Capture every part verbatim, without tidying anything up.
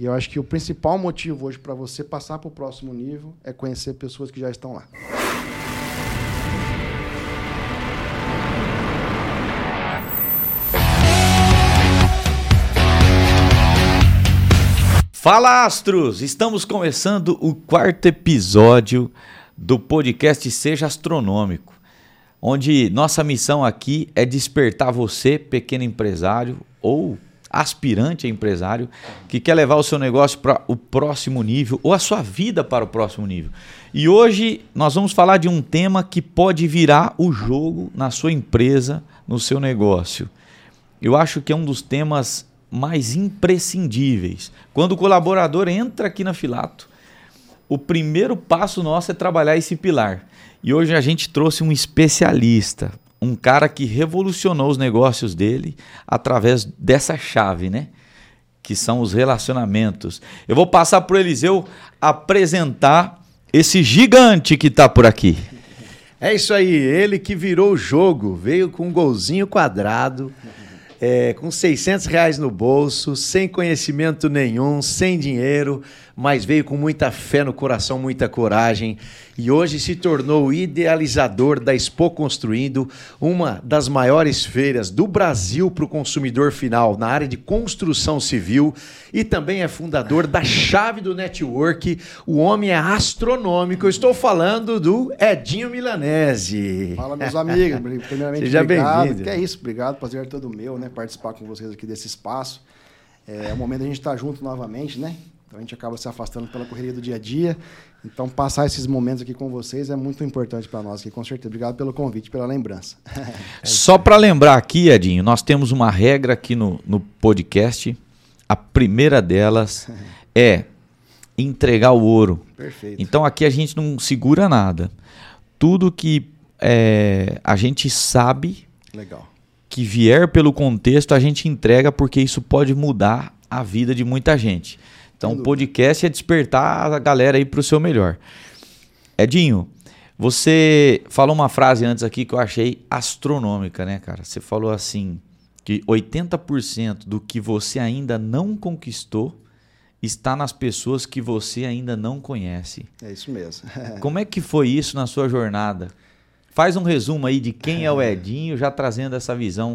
E eu acho que o principal motivo hoje para você passar para o próximo nível é conhecer pessoas que já estão lá. Fala, astros! Estamos começando o quarto episódio do podcast Seja Astronômico, onde nossa missão aqui é despertar você, pequeno empresário ou aspirante a empresário, que quer levar o seu negócio para o próximo nível ou a sua vida para o próximo nível. E hoje nós vamos falar de um tema que pode virar o jogo na sua empresa, no seu negócio. Eu acho que é um dos temas mais imprescindíveis. Quando o colaborador entra aqui na Filato, o primeiro passo nosso é trabalhar esse pilar. E hoje a gente trouxe um especialista, um cara que revolucionou os negócios dele através dessa chave, né? Que são os relacionamentos. Eu vou passar para o Eliseu apresentar esse gigante que está por aqui. É isso aí, ele que virou o jogo, veio com um golzinho quadrado, É, com seiscentos reais no bolso, sem conhecimento nenhum, sem dinheiro, mas veio com muita fé no coração, muita coragem. E hoje se tornou o idealizador da Expo Construindo, uma das maiores feiras do Brasil para o consumidor final na área de construção civil. E também é fundador da Chave do Network. O homem é astronômico. Eu estou falando do Edinho Milanese. Fala, meus amigos. Primeiramente, Seja obrigado. bem-vindo. Que é isso, obrigado. Prazer é todo meu, né? Participar com vocês aqui desse espaço. É o momento da gente estar junto novamente, né? Então a gente acaba se afastando pela correria do dia a dia. Então passar esses momentos aqui com vocês é muito importante para nós aqui, com certeza. Obrigado pelo convite, pela lembrança. Só para lembrar aqui, Edinho, nós temos uma regra aqui no, no podcast. A primeira delas é entregar o ouro. Perfeito. Então aqui a gente não segura nada. Tudo que é, a gente sabe Legal. que vier pelo contexto, a gente entrega, porque isso pode mudar a vida de muita gente. Então o podcast é despertar a galera aí para o seu melhor. Edinho, você falou uma frase antes aqui que eu achei astronômica, né, cara? Você falou assim, que oitenta por cento do que você ainda não conquistou está nas pessoas que você ainda não conhece. É isso mesmo. Como é que foi isso na sua jornada? Faz um resumo aí de quem é o Edinho, já trazendo essa visão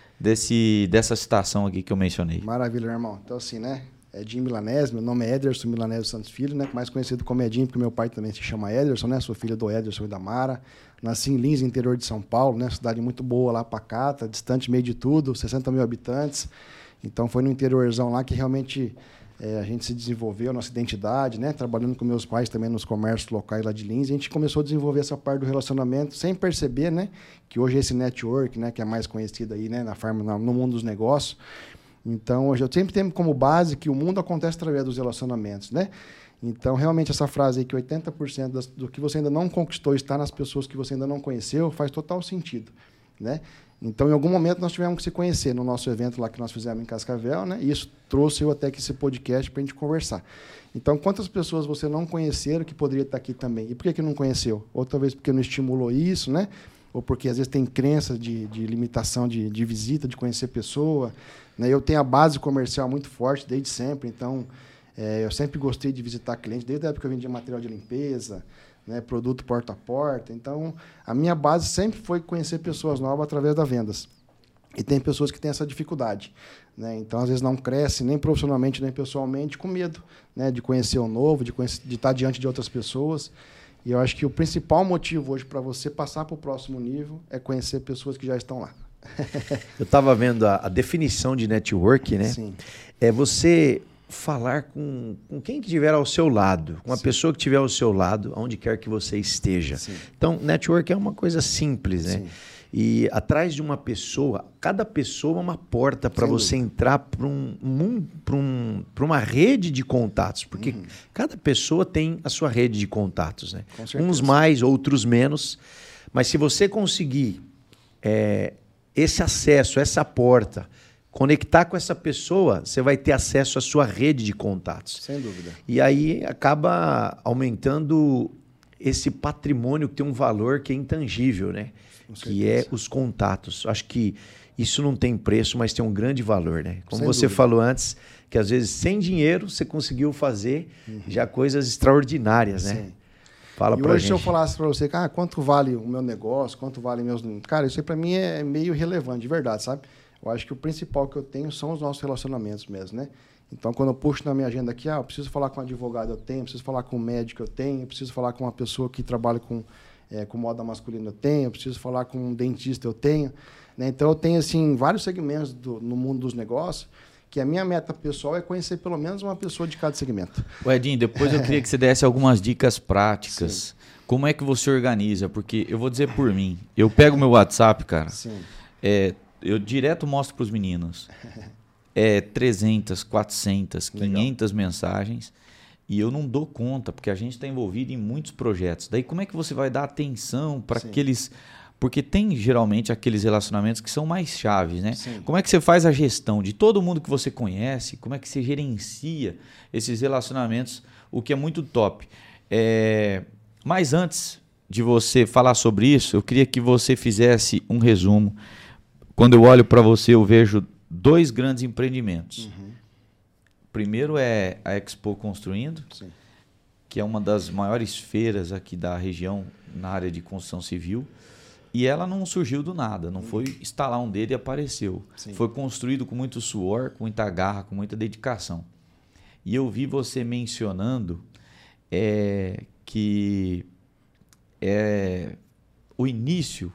desse, dessa citação aqui que eu mencionei. Maravilha, meu irmão. Então assim, né? Edinho Milanese, meu nome é Ederson Milanese Santos Filho, né? Mais conhecido como Edinho, porque meu pai também se chama Ederson, né? Sou filho do Ederson e da Mara. Nasci em Lins, interior de São Paulo, né? Cidade muito boa lá, pacata, distante meio de tudo, sessenta mil habitantes. Então foi no interiorzão lá que realmente é, a gente se desenvolveu, nossa identidade, né? Trabalhando com meus pais também nos comércios locais lá de Lins, a gente começou a desenvolver essa parte do relacionamento, sem perceber, né? Que hoje esse network, né? Que é mais conhecido aí, né? Na farma, no mundo dos negócios. Então, hoje eu sempre tenho como base que o mundo acontece através dos relacionamentos, né? Então, realmente, essa frase aí, que oitenta por cento das, do que você ainda não conquistou está nas pessoas que você ainda não conheceu, faz total sentido, né? Então, em algum momento, nós tivemos que se conhecer no nosso evento lá que nós fizemos em Cascavel, né? E isso trouxe eu até aqui esse podcast para a gente conversar. Então, quantas pessoas você não conheceram que poderia estar aqui também? E por que que não conheceu? Ou talvez porque não estimulou isso, né? Ou porque, às vezes, tem crença de, de limitação de, de visita, de conhecer pessoa, né? Eu tenho a base comercial muito forte desde sempre, então é, eu sempre gostei de visitar clientes, desde a época que eu vendia material de limpeza, né, produto porta a porta. Então, a minha base sempre foi conhecer pessoas novas através das vendas. E tem pessoas que têm essa dificuldade, né? Então, às vezes, não cresce nem profissionalmente, nem pessoalmente, com medo, né, de conhecer o novo, de, conhecer, de estar diante de outras pessoas. E eu acho que o principal motivo hoje para você passar para o próximo nível é conhecer pessoas que já estão lá. Eu estava vendo a, a definição de network, né? Sim. É você falar com, com quem estiver ao seu lado, com a Sim. pessoa que estiver ao seu lado, onde quer que você esteja. Sim. Então, network é uma coisa simples, né? Sim. E atrás de uma pessoa, cada pessoa é uma porta para você dúvida. entrar para um, um, para um, para uma rede de contatos, porque Uhum. cada pessoa tem a sua rede de contatos, né? Com certeza. Uns mais, outros menos, mas se você conseguir é, esse acesso, essa porta, conectar com essa pessoa, você vai ter acesso à sua rede de contatos. Sem dúvida. E aí acaba aumentando esse patrimônio que tem um valor que é intangível, né? Com Que é certeza. os contatos. Acho que isso não tem preço, mas tem um grande valor, né? Como Sem você dúvida. falou antes, Porque às vezes sem dinheiro você conseguiu fazer uhum. já coisas extraordinárias, né? Sim. Fala e pra hoje gente. Se eu falasse para você, ah, quanto vale o meu negócio, quanto vale meus... Cara, isso aí para mim é meio relevante, de verdade, sabe? Eu acho que o principal que eu tenho são os nossos relacionamentos mesmo, né? Então, quando eu puxo na minha agenda aqui, ah, eu preciso falar com um advogado, eu tenho, eu preciso falar com um médico, eu tenho, eu preciso falar com uma pessoa que trabalha com, é, com moda masculina, eu tenho, eu preciso falar com um dentista, eu tenho. Né? Então, eu tenho, assim, vários segmentos do, no mundo dos negócios, que a minha meta pessoal é conhecer pelo menos uma pessoa de cada segmento. O Edinho, depois eu queria que você desse algumas dicas práticas. Sim. Como é que você organiza? Porque eu vou dizer por mim, eu pego meu WhatsApp, cara, Sim. É, eu direto mostro para os meninos. É trezentas, quatrocentas, quinhentas Legal. Mensagens e eu não dou conta, porque a gente está envolvido em muitos projetos. Daí como é que você vai dar atenção para aqueles... Porque tem geralmente aqueles relacionamentos que são mais chaves, né? Sim. Como é que você faz a gestão de todo mundo que você conhece? Como é que você gerencia esses relacionamentos? O que é muito top. É... Mas antes de você falar sobre isso, eu queria que você fizesse um resumo. Quando eu olho para você, eu vejo dois grandes empreendimentos. Uhum. Primeiro é a Expo Construindo, Sim. que é uma das maiores feiras aqui da região na área de construção civil. E ela não surgiu do nada, não uhum. foi instalar um dedo e apareceu. Sim. Foi construído com muito suor, com muita garra, com muita dedicação. E eu vi você mencionando é, que é, o início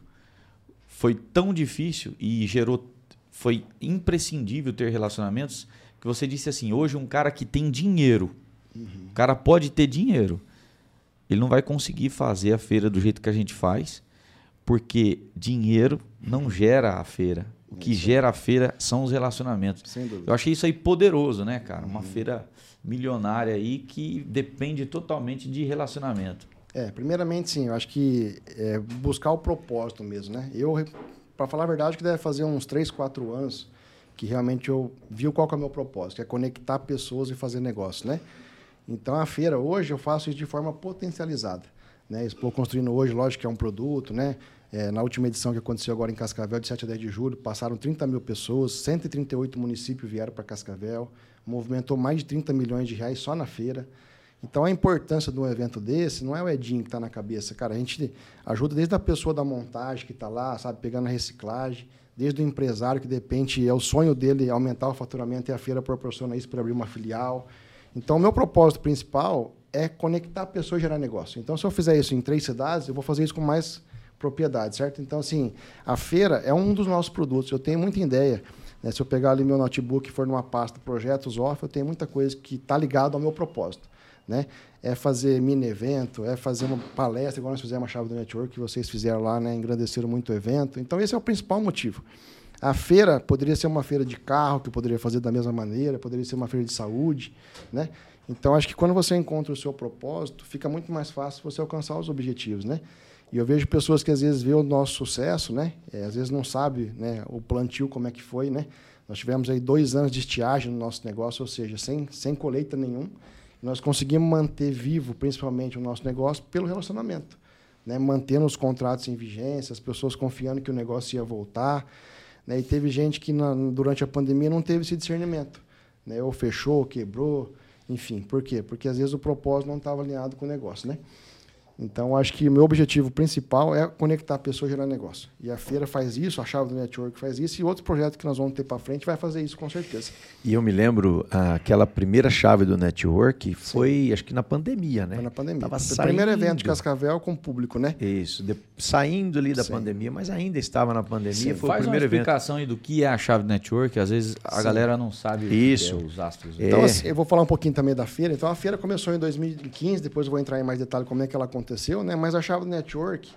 foi tão difícil e gerou... Foi imprescindível ter relacionamentos que você disse assim, hoje um cara que tem dinheiro, uhum. o cara pode ter dinheiro, ele não vai conseguir fazer a feira do jeito que a gente faz, porque dinheiro não gera a feira. O que Isso. gera a feira são os relacionamentos. Sem dúvida. Eu achei isso aí poderoso, né, cara? Uma uhum. feira milionária aí que depende totalmente de relacionamento. É, primeiramente sim, eu acho que é buscar o propósito mesmo, né? Eu... Para falar a verdade, que deve fazer uns três, quatro anos que realmente eu vi qual que é o meu propósito, que é conectar pessoas e fazer negócio, né? Então, a feira, hoje, eu faço isso de forma potencializada. Né? Estou construindo hoje, lógico que é um produto, né? É, na última edição que aconteceu agora em Cascavel, de sete a dez de julho, passaram trinta mil pessoas, cento e trinta e oito municípios vieram para Cascavel, movimentou mais de trinta milhões de reais só na feira. Então, a importância de um evento desse não é o Edinho que está na cabeça. Cara, a gente ajuda desde a pessoa da montagem que está lá, sabe, pegando a reciclagem, desde o empresário que, de repente, é o sonho dele aumentar o faturamento e a feira proporciona isso para abrir uma filial. Então, o meu propósito principal é conectar a pessoa e gerar negócio. Então, se eu fizer isso em três cidades, eu vou fazer isso com mais propriedade, certo? Então, assim, a feira é um dos nossos produtos. Eu tenho muita ideia. Né? Se eu pegar ali meu notebook e for numa pasta projetos off, eu tenho muita coisa que está ligada ao meu propósito. Né? É fazer mini-evento, é fazer uma palestra, igual nós fizemos a Chave do Network, que vocês fizeram lá, né? Engrandeceram muito o evento. Então, esse é o principal motivo. A feira poderia ser uma feira de carro, que eu poderia fazer da mesma maneira, poderia ser uma feira de saúde. Né? Então, acho que quando você encontra o seu propósito, fica muito mais fácil você alcançar os objetivos. Né? E eu vejo pessoas que, às vezes, veem o nosso sucesso, né? É, às vezes não sabem, né, o plantio, como é que foi. Né? Nós tivemos aí dois anos de estiagem no nosso negócio, ou seja, sem, sem colheita nenhum. Nós conseguimos manter vivo, principalmente, o nosso negócio pelo relacionamento. Né? Mantendo os contratos em vigência, as pessoas confiando que o negócio ia voltar. Né? E teve gente que, na, durante a pandemia, não teve esse discernimento. Né? Ou fechou, quebrou, enfim. Por quê? Porque, às vezes, o propósito não estava alinhado com o negócio. Né? Então, acho que o meu objetivo principal é conectar a pessoa e gerar negócio. E a feira faz isso, a Chave do Network faz isso, e outros projetos que nós vamos ter para frente vai fazer isso, com certeza. E eu me lembro, aquela primeira chave do Network foi, Sim. acho que na pandemia, né? Foi na pandemia. Tava foi saindo. O primeiro evento de Cascavel com público, né? Isso, de, saindo ali da Sim. pandemia, mas ainda estava na pandemia, Sim. foi Faz o primeiro evento. Faz uma explicação aí do que é a Chave do Network, às vezes a Sim. galera não sabe isso. o que é os astros. Né? Então, é. assim, eu vou falar um pouquinho também da feira. Então, a feira começou em dois mil e quinze, depois eu vou entrar em mais detalhe como é que ela aconteceu, né? Mas a Chave do Network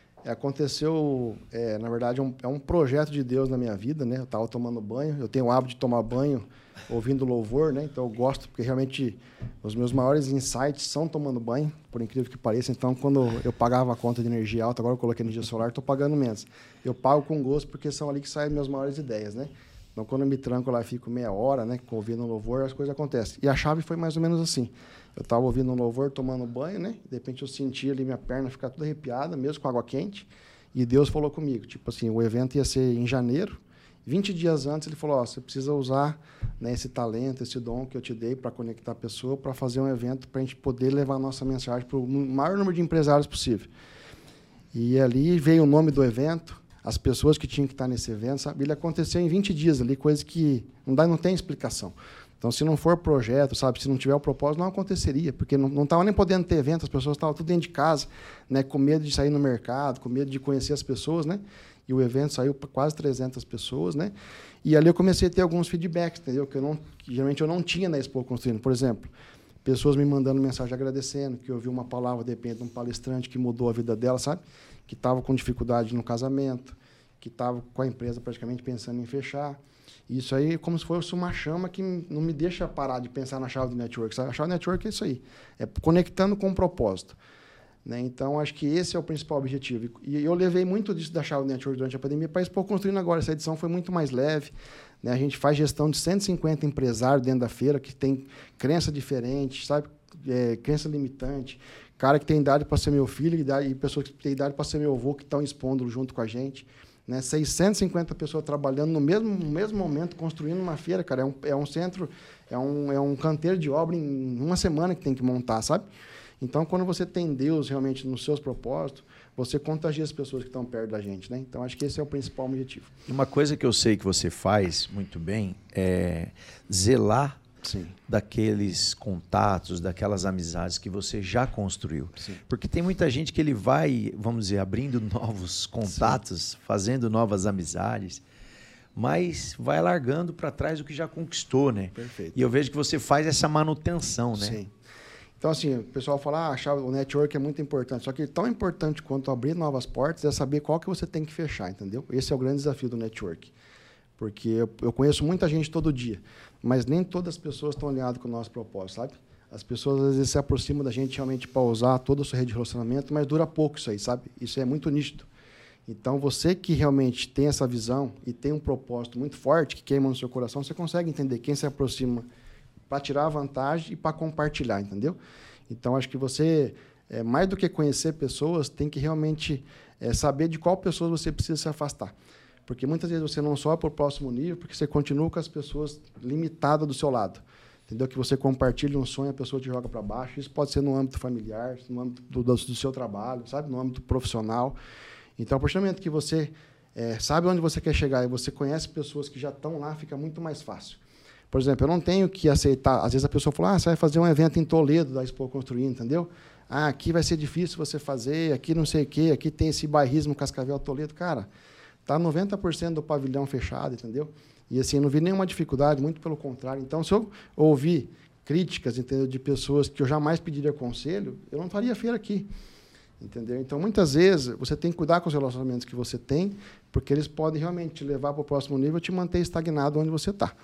aconteceu, é, na verdade, é um, é um projeto de Deus na minha vida, né? Eu estava tomando banho, eu tenho o hábito de tomar banho ouvindo louvor, né? Então eu gosto, porque realmente os meus maiores insights são tomando banho, por incrível que pareça. Então, quando eu pagava a conta de energia alta, agora eu coloquei energia solar, estou pagando menos. Eu pago com gosto, porque são ali que saem minhas maiores ideias, né? Então, quando eu me tranco lá, fico meia hora, né? Ouvindo louvor, as coisas acontecem. E a chave foi mais ou menos assim. Eu estava ouvindo um louvor, tomando banho, né? De repente eu senti ali minha perna ficar toda arrepiada, mesmo com água quente. E Deus falou comigo, tipo assim, o evento ia ser em janeiro vinte dias antes, ele falou, ó, você precisa usar, né, esse talento, esse dom que eu te dei para conectar a pessoa, para fazer um evento, para a gente poder levar a nossa mensagem para o maior número de empresários possível. E ali veio o nome do evento, as pessoas que tinham que estar nesse evento, sabe? Ele aconteceu em vinte dias ali, coisa que não, dá, não tem explicação. Então, se não for projeto, sabe, se não tiver o propósito, não aconteceria, porque não estava nem podendo ter evento, as pessoas estavam tudo dentro de casa, né, com medo de sair no mercado, com medo de conhecer as pessoas, né? E o evento saiu para quase trezentas pessoas, né? E ali eu comecei a ter alguns feedbacks, entendeu? Que, eu não, que geralmente eu não tinha na Expo Construindo. Por exemplo, pessoas me mandando mensagem agradecendo, que eu ouvi uma palavra, de repente, de um palestrante que mudou a vida dela, sabe? Que estava com dificuldade no casamento, que estava com a empresa praticamente pensando em fechar. Isso aí é como se fosse uma chama que não me deixa parar de pensar na chave do network, sabe? A chave do network é isso aí, é conectando com um propósito. Né? Então, acho que esse é o principal objetivo. E eu levei muito disso da chave do network durante a pandemia para Expo Construindo agora. Essa edição foi muito mais leve. Né? A gente faz gestão de cento e cinquenta empresários dentro da feira que tem crença diferente, sabe? É, crença limitante. Cara que tem idade para ser meu filho e, e pessoas que têm idade para ser meu avô que estão expondo junto com a gente. Né? seiscentas e cinquenta pessoas trabalhando no mesmo, no mesmo momento, construindo uma feira, cara. É um, é um centro, é um, é um canteiro de obra em uma semana que tem que montar, sabe? Então, quando você tem Deus realmente nos seus propósitos, você contagia as pessoas que estão perto da gente, né? Então, acho que esse é o principal objetivo. Uma coisa que eu sei que você faz muito bem é zelar Sim. daqueles contatos, daquelas amizades que você já construiu. Sim. Porque tem muita gente que ele vai, vamos dizer, abrindo novos contatos, Sim. fazendo novas amizades, mas vai largando para trás o que já conquistou, né? Perfeito. E eu vejo que você faz essa manutenção, né? Sim. Então, assim, o pessoal fala, ah, o network é muito importante. Só que tão importante quanto abrir novas portas é saber qual que você tem que fechar, entendeu? Esse é o grande desafio do network. Porque eu, eu conheço muita gente todo dia, mas nem todas as pessoas estão alinhadas com o nosso propósito, sabe? As pessoas, às vezes, se aproximam da gente realmente para usar toda a sua rede de relacionamento, mas dura pouco isso aí, sabe? Isso é muito nítido. Então, você que realmente tem essa visão e tem um propósito muito forte, que queima no seu coração, você consegue entender quem se aproxima para tirar a vantagem e para compartilhar, entendeu? Então, acho que você, é, mais do que conhecer pessoas, tem que realmente é, saber de qual pessoas você precisa se afastar. Porque muitas vezes você não sobe para o próximo nível porque você continua com as pessoas limitadas do seu lado. Entendeu? Que você compartilha um sonho, a pessoa te joga para baixo. Isso pode ser no âmbito familiar, no âmbito do, do, do seu trabalho, sabe? No âmbito profissional. Então, a partir do momento que você é, sabe onde você quer chegar e você conhece pessoas que já estão lá, fica muito mais fácil. Por exemplo, eu não tenho que aceitar... Às vezes a pessoa fala, ah, você vai fazer um evento em Toledo da Expo Construindo, entendeu? Ah, aqui vai ser difícil você fazer, aqui não sei o quê, aqui tem esse bairrismo Cascavel Toledo. Cara, está noventa por cento do pavilhão fechado, entendeu? E assim, eu não vi nenhuma dificuldade, muito pelo contrário. Então, se eu ouvir críticas, entendeu, de pessoas que eu jamais pediria conselho, eu não faria feira aqui. Entendeu? Então, muitas vezes, você tem que cuidar com os relacionamentos que você tem, porque eles podem realmente te levar para o próximo nível e te manter estagnado onde você está.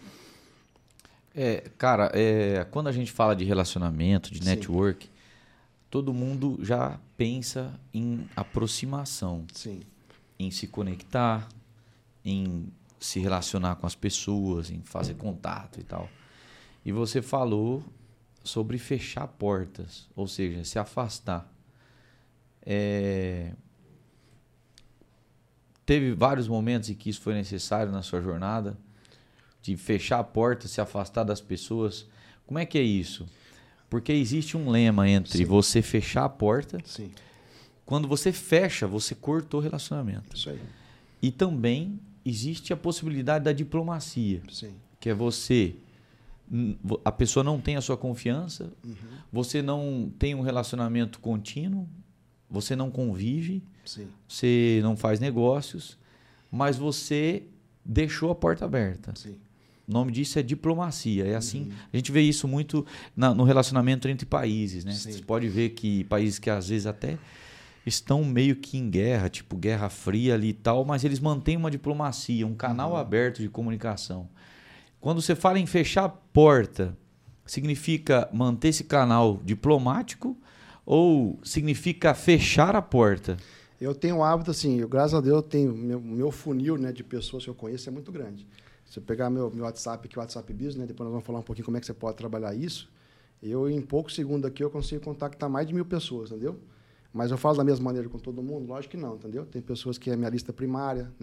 É, cara, é, quando a gente fala de relacionamento, de network, Sim. todo mundo já pensa em aproximação. Sim. Em se conectar, em se relacionar com as pessoas, em fazer contato e tal. E você falou sobre fechar portas, ou seja, se afastar. É... Teve vários momentos em que isso foi necessário na sua jornada, de fechar a porta, se afastar das pessoas. Como é que é isso? Porque existe um lema entre Sim. você fechar a porta... Sim. Quando você fecha, você cortou o relacionamento. Isso aí. E também existe a possibilidade da diplomacia. Sim. Que é você... A pessoa não tem a sua confiança, uhum. você não tem um relacionamento contínuo, você não convive, Sim. você não faz negócios, mas você deixou a porta aberta. Sim. O nome disso é diplomacia. É assim, uhum. a gente vê isso muito na, no relacionamento entre países, né? Sim. Você pode ver que países que às vezes até estão meio que em guerra, tipo Guerra Fria ali e tal, mas eles mantêm uma diplomacia, um canal uhum. aberto de comunicação. Quando você fala em fechar a porta, significa manter esse canal diplomático ou significa fechar a porta? Eu tenho um hábito, assim, eu, graças a Deus, eu tenho meu, meu funil, né, de pessoas que eu conheço é muito grande. Se eu pegar meu, meu WhatsApp aqui, o WhatsApp Business, né, depois nós vamos falar um pouquinho como é que você pode trabalhar isso, eu, em poucos segundos aqui, eu consigo contactar mais de mil pessoas, entendeu? Mas eu falo da mesma maneira com todo mundo? Lógico que não, entendeu? Tem pessoas que é minha lista primária, né?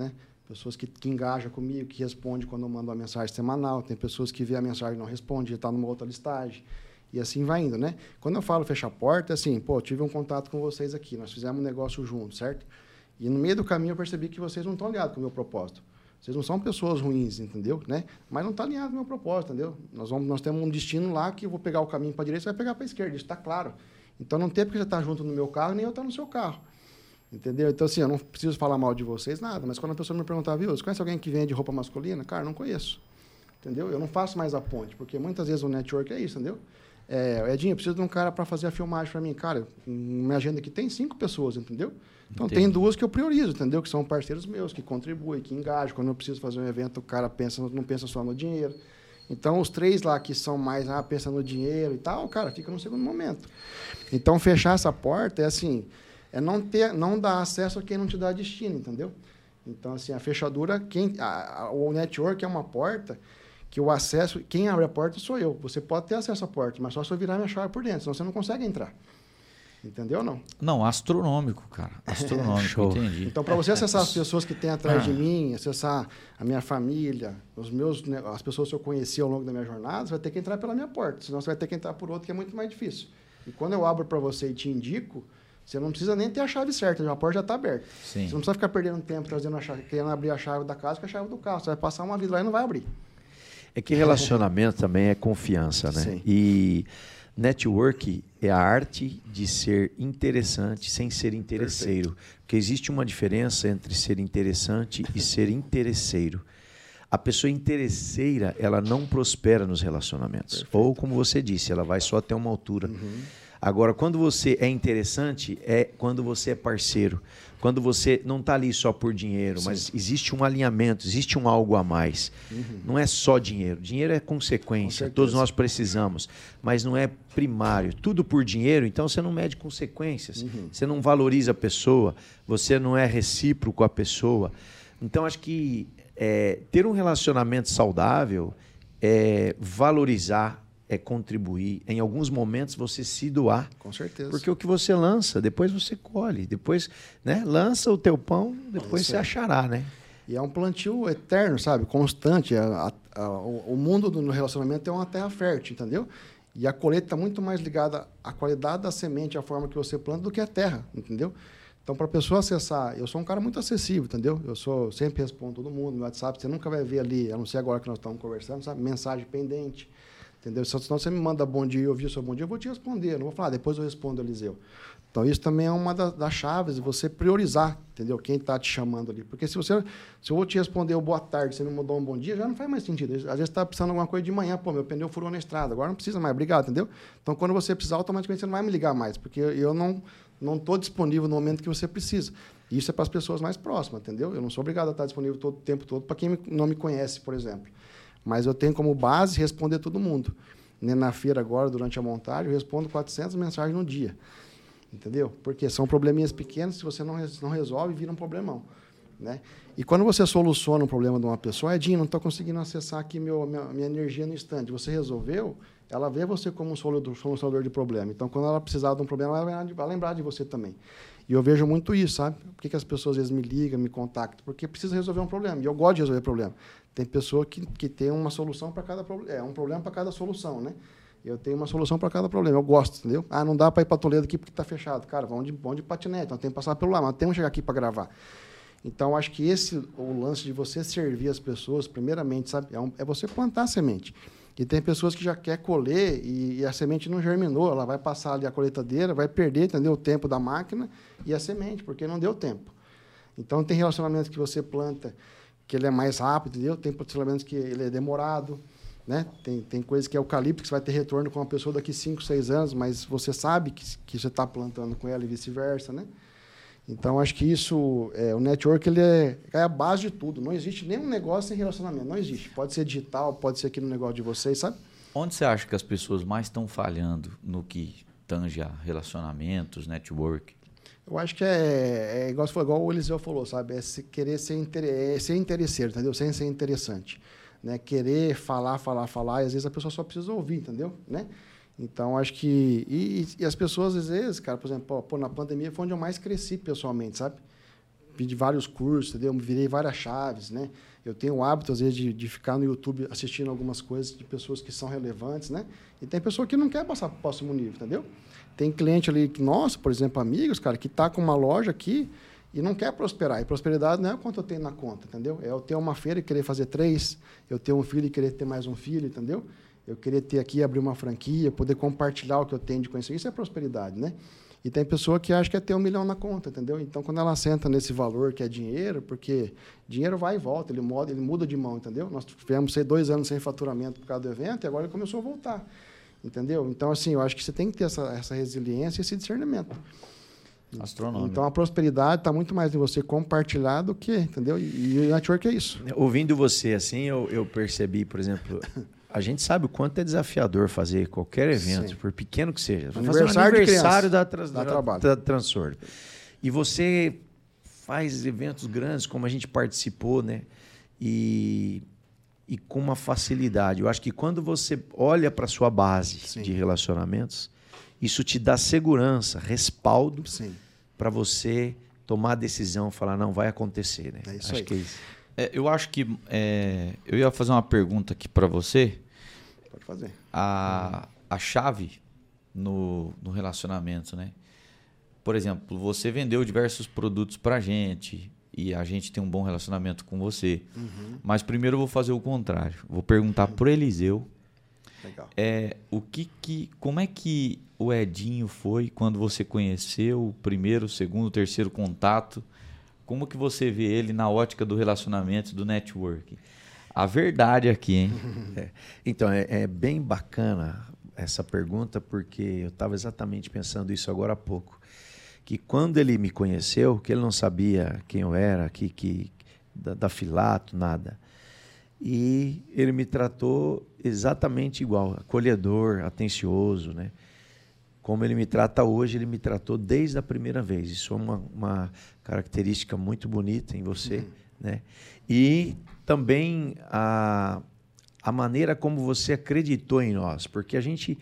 pessoas que, que engajam comigo, que respondem quando eu mando uma mensagem semanal, tem pessoas que vê a mensagem e não responde, está numa outra listagem, e assim vai indo, né? Quando eu falo fechar a porta, é assim, pô, tive um contato com vocês aqui, nós fizemos um negócio juntos, certo? E no meio do caminho eu percebi que vocês não estão alinhados com o meu propósito. Vocês não são pessoas ruins, entendeu? Né? Mas não está alinhado com o meu propósito, entendeu? Nós, vamos, nós temos um destino lá que eu vou pegar o caminho para a direita, você vai pegar para a esquerda, isso está claro. Então não tem porque você estar junto no meu carro, nem eu estar no seu carro. Entendeu? Então, assim, eu não preciso falar mal de vocês, nada, mas quando a pessoa me perguntar, viu, você conhece alguém que vende roupa masculina? Cara, não conheço. Entendeu? Eu não faço mais a ponte, porque muitas vezes o network é isso, entendeu? É, Edinho, eu preciso de um cara para fazer a filmagem para mim. Cara, minha agenda aqui tem cinco pessoas, entendeu? Então, Entendi. Tem duas que eu priorizo, entendeu? Que são parceiros meus, que contribuem, que engajam. Quando eu preciso fazer um evento, o cara pensa, não pensa só no dinheiro. Então, os três lá que são mais, ah, pensa no dinheiro e tal, cara, fica no segundo momento. Então, fechar essa porta é assim, é não, ter, não dar acesso a quem não te dá destino, entendeu? Então, assim, a fechadura, quem, a, a, o network é uma porta que o acesso, quem abre a porta sou eu. Você pode ter acesso à porta, mas só se eu virar minha chave por dentro, senão você não consegue entrar. Entendeu ou não? Não, astronômico, cara. Astronômico, entendi. Então, para você acessar as pessoas que tem atrás de mim, acessar a minha família, os meus, as pessoas que eu conheci ao longo da minha jornada, você vai ter que entrar pela minha porta, senão você vai ter que entrar por outra, que é muito mais difícil. E quando eu abro para você e te indico, você não precisa nem ter a chave certa, a porta já está aberta. Sim. Você não precisa ficar perdendo tempo trazendo a chave, querendo abrir a chave da casa com a chave do carro. Você vai passar uma vida lá e não vai abrir. É que relacionamento também é confiança, né? Sim. E network é a arte de ser interessante sem ser interesseiro. Perfeito. Porque existe uma diferença entre ser interessante e ser interesseiro. A pessoa interesseira, ela não prospera nos relacionamentos. Perfeito. Ou, como você disse, ela vai só até uma altura. Uhum. Agora, quando você é interessante, é quando você é parceiro. Quando você não está ali só por dinheiro, Sim. mas existe um alinhamento, existe um algo a mais. Uhum. Não é só dinheiro. Dinheiro é consequência, todos nós precisamos. Mas não é primário. Tudo por dinheiro, então você não mede consequências. Uhum. Você não valoriza a pessoa, você não é recíproco com a pessoa. Então, acho que é, ter um relacionamento saudável é valorizar, é contribuir, em alguns momentos você se doar. Com certeza. Porque o que você lança, depois você colhe. Depois, né, lança o teu pão, depois Isso você é. achará, né? E é um plantio eterno, sabe? Constante. A, a, a, o mundo do relacionamento é uma terra fértil, entendeu? E a colheita está muito mais ligada à qualidade da semente, à forma que você planta, do que a terra, entendeu? Então, para a pessoa acessar, eu sou um cara muito acessível, entendeu? Eu sou, sempre respondo todo mundo no WhatsApp, você nunca vai ver ali, a não ser agora que nós estamos conversando, sabe? Mensagem pendente. Entendeu? Se você me manda bom dia e eu ouvir o seu bom dia, eu vou te responder. Eu não vou falar, depois eu respondo, Eliseu. Então, isso também é uma das, das chaves de você priorizar, entendeu? Quem está te chamando ali. Porque se você se eu vou te responder o boa tarde, você me mandou um bom dia, já não faz mais sentido. Às vezes está precisando de alguma coisa de manhã, pô, meu pneu furou na estrada, agora não precisa mais, obrigado, entendeu? Então, quando você precisar, automaticamente você não vai me ligar mais, porque eu não não estou disponível no momento que você precisa. E isso é para as pessoas mais próximas, entendeu? Eu não sou obrigado a estar disponível todo o tempo todo para quem não me conhece, por exemplo. Mas eu tenho como base responder todo mundo. Na feira agora, durante a montagem, eu respondo quatrocentas mensagens no dia. Entendeu? Porque são probleminhas pequenos, se você não, não resolve, vira um problemão. Né? E quando você soluciona um problema de uma pessoa, Edinho, não estou conseguindo acessar aqui meu, minha, minha energia no instante. Você resolveu, ela vê você como um solucionador de problema. Então, quando ela precisar de um problema, ela vai lembrar de você também. E eu vejo muito isso, sabe? Por que, que as pessoas às vezes me ligam, me contactam? Porque precisa resolver um problema. E eu gosto de resolver problema. Tem pessoa que, que tem uma solução para cada problema. É um problema para cada solução, né? Eu tenho uma solução para cada problema. Eu gosto, entendeu? Ah, não dá para ir para Toledo aqui porque está fechado. Cara, vamos de, vamos de patinete, nós temos que passar pelo lá, mas temos que chegar aqui para gravar. Então, acho que esse o lance de você servir as pessoas, primeiramente, sabe? É, um, é você plantar a semente. E tem pessoas que já quer colher e, e a semente não germinou. Ela vai passar ali a colheitadeira, vai perder, entendeu? O tempo da máquina e a semente, porque não deu tempo. Então, tem relacionamentos que você planta que ele é mais rápido, entendeu? Tem relacionamentos que ele é demorado, né? Tem, tem coisas que é eucalipto, que você vai ter retorno com uma pessoa daqui cinco, seis anos, mas você sabe que, que você está plantando com ela e vice-versa, né? Então, acho que isso, é, o network ele é, é a base de tudo. Não existe nenhum negócio sem relacionamento. Não existe. Pode ser digital, pode ser aqui no negócio de vocês, sabe? Onde você acha que as pessoas mais estão falhando no que tange a relacionamentos, network? Eu acho que é, é igual, foi igual o Eliseu falou, sabe? É se querer ser, inter, é ser interesseiro, entendeu? Sem ser interessante. Né? Querer falar, falar, falar, e às vezes a pessoa só precisa ouvir, entendeu? Né? Então, acho que... E, e as pessoas, às vezes, cara, por exemplo, pô, na pandemia foi onde eu mais cresci pessoalmente, sabe? pedi vários cursos, entendeu? Eu virei várias chaves, né? Eu tenho o hábito, às vezes, de, de ficar no YouTube assistindo algumas coisas de pessoas que são relevantes, né? E tem pessoa que não quer passar para o próximo nível, entendeu? Tem cliente ali, que, nossa, por exemplo, amigos, cara, que está com uma loja aqui e não quer prosperar. E prosperidade não é quanto eu tenho na conta, entendeu? É eu ter uma feira e querer fazer três, eu ter um filho e querer ter mais um filho, entendeu? Eu querer ter aqui, abrir uma franquia, poder compartilhar o que eu tenho de conhecimento. Isso é prosperidade, né? E tem pessoa que acha que é ter um milhão na conta, entendeu? Então, quando ela senta nesse valor que é dinheiro, porque dinheiro vai e volta, ele muda, ele muda de mão, entendeu? Nós tivemos dois anos sem faturamento por causa do evento e agora ele começou a voltar, entendeu? Então, assim, eu acho que você tem que ter essa, essa resiliência e esse discernimento. Astronômico. Então, a prosperidade está muito mais em você compartilhar do que, entendeu? E, e o network é isso. Ouvindo você assim, eu, eu percebi, por exemplo... A gente sabe o quanto é desafiador fazer qualquer evento, Sim. por pequeno que seja. Aniversário, fazer um aniversário da, trans, da, da, da, da Transord. E você faz eventos grandes, como a gente participou, né? E, e com uma facilidade. Eu acho que quando você olha para a sua base Sim. de relacionamentos, isso te dá segurança, respaldo para você tomar a decisão, falar, não, vai acontecer. Né? É isso acho aí. Que é isso. É, eu acho que é, eu ia fazer uma pergunta aqui para você. Pode fazer. A, a chave no, no relacionamento, né? Por exemplo, você vendeu diversos produtos para a gente e a gente tem um bom relacionamento com você. Uhum. Mas primeiro eu vou fazer o contrário. Vou perguntar pro Eliseu. Legal. É, o que que, como é que o Edinho foi quando você conheceu o primeiro, o segundo, o terceiro contato? Como que você vê ele na ótica do relacionamento, do network? A verdade aqui, hein? É. Então, é, é bem bacana essa pergunta, porque eu estava exatamente pensando isso agora há pouco. Que quando ele me conheceu, que ele não sabia quem eu era, que, que, da, da Filato, nada. E ele me tratou exatamente igual, acolhedor, atencioso, né? Como ele me trata hoje, ele me tratou desde a primeira vez. Isso é uma, uma característica muito bonita em você. Uhum. Né? E também a, a maneira como você acreditou em nós. Porque a gente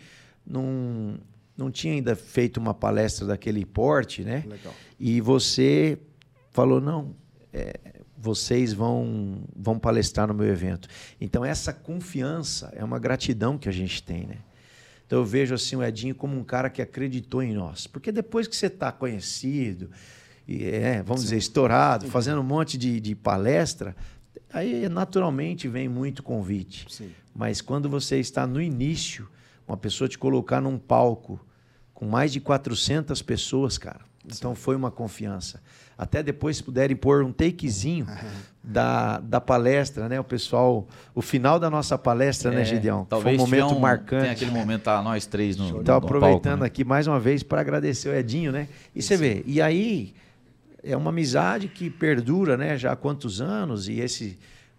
não, não tinha ainda feito uma palestra daquele porte, né? Legal. E você falou, não, é, vocês vão, vão palestrar no meu evento. Então, essa confiança é uma gratidão que a gente tem, né? Então eu vejo assim o Edinho como um cara que acreditou em nós. Porque depois que você está conhecido, e é, vamos Sim. dizer, estourado, fazendo um monte de, de palestra, aí naturalmente vem muito convite. Sim. Mas quando você está no início, uma pessoa te colocar num palco com mais de quatrocentas pessoas, cara, Sim. então foi uma confiança. Até depois, se puderem pôr um takezinho uhum. da, da palestra, né? O pessoal, o final da nossa palestra, é, né, Gideão? Talvez foi um momento um, marcante. Tem aquele momento, tá, nós três no, então, no aproveitando palco, né? aqui mais uma vez para agradecer o Edinho, né? E você vê, e aí é uma amizade que perdura, né? Já há quantos anos e esse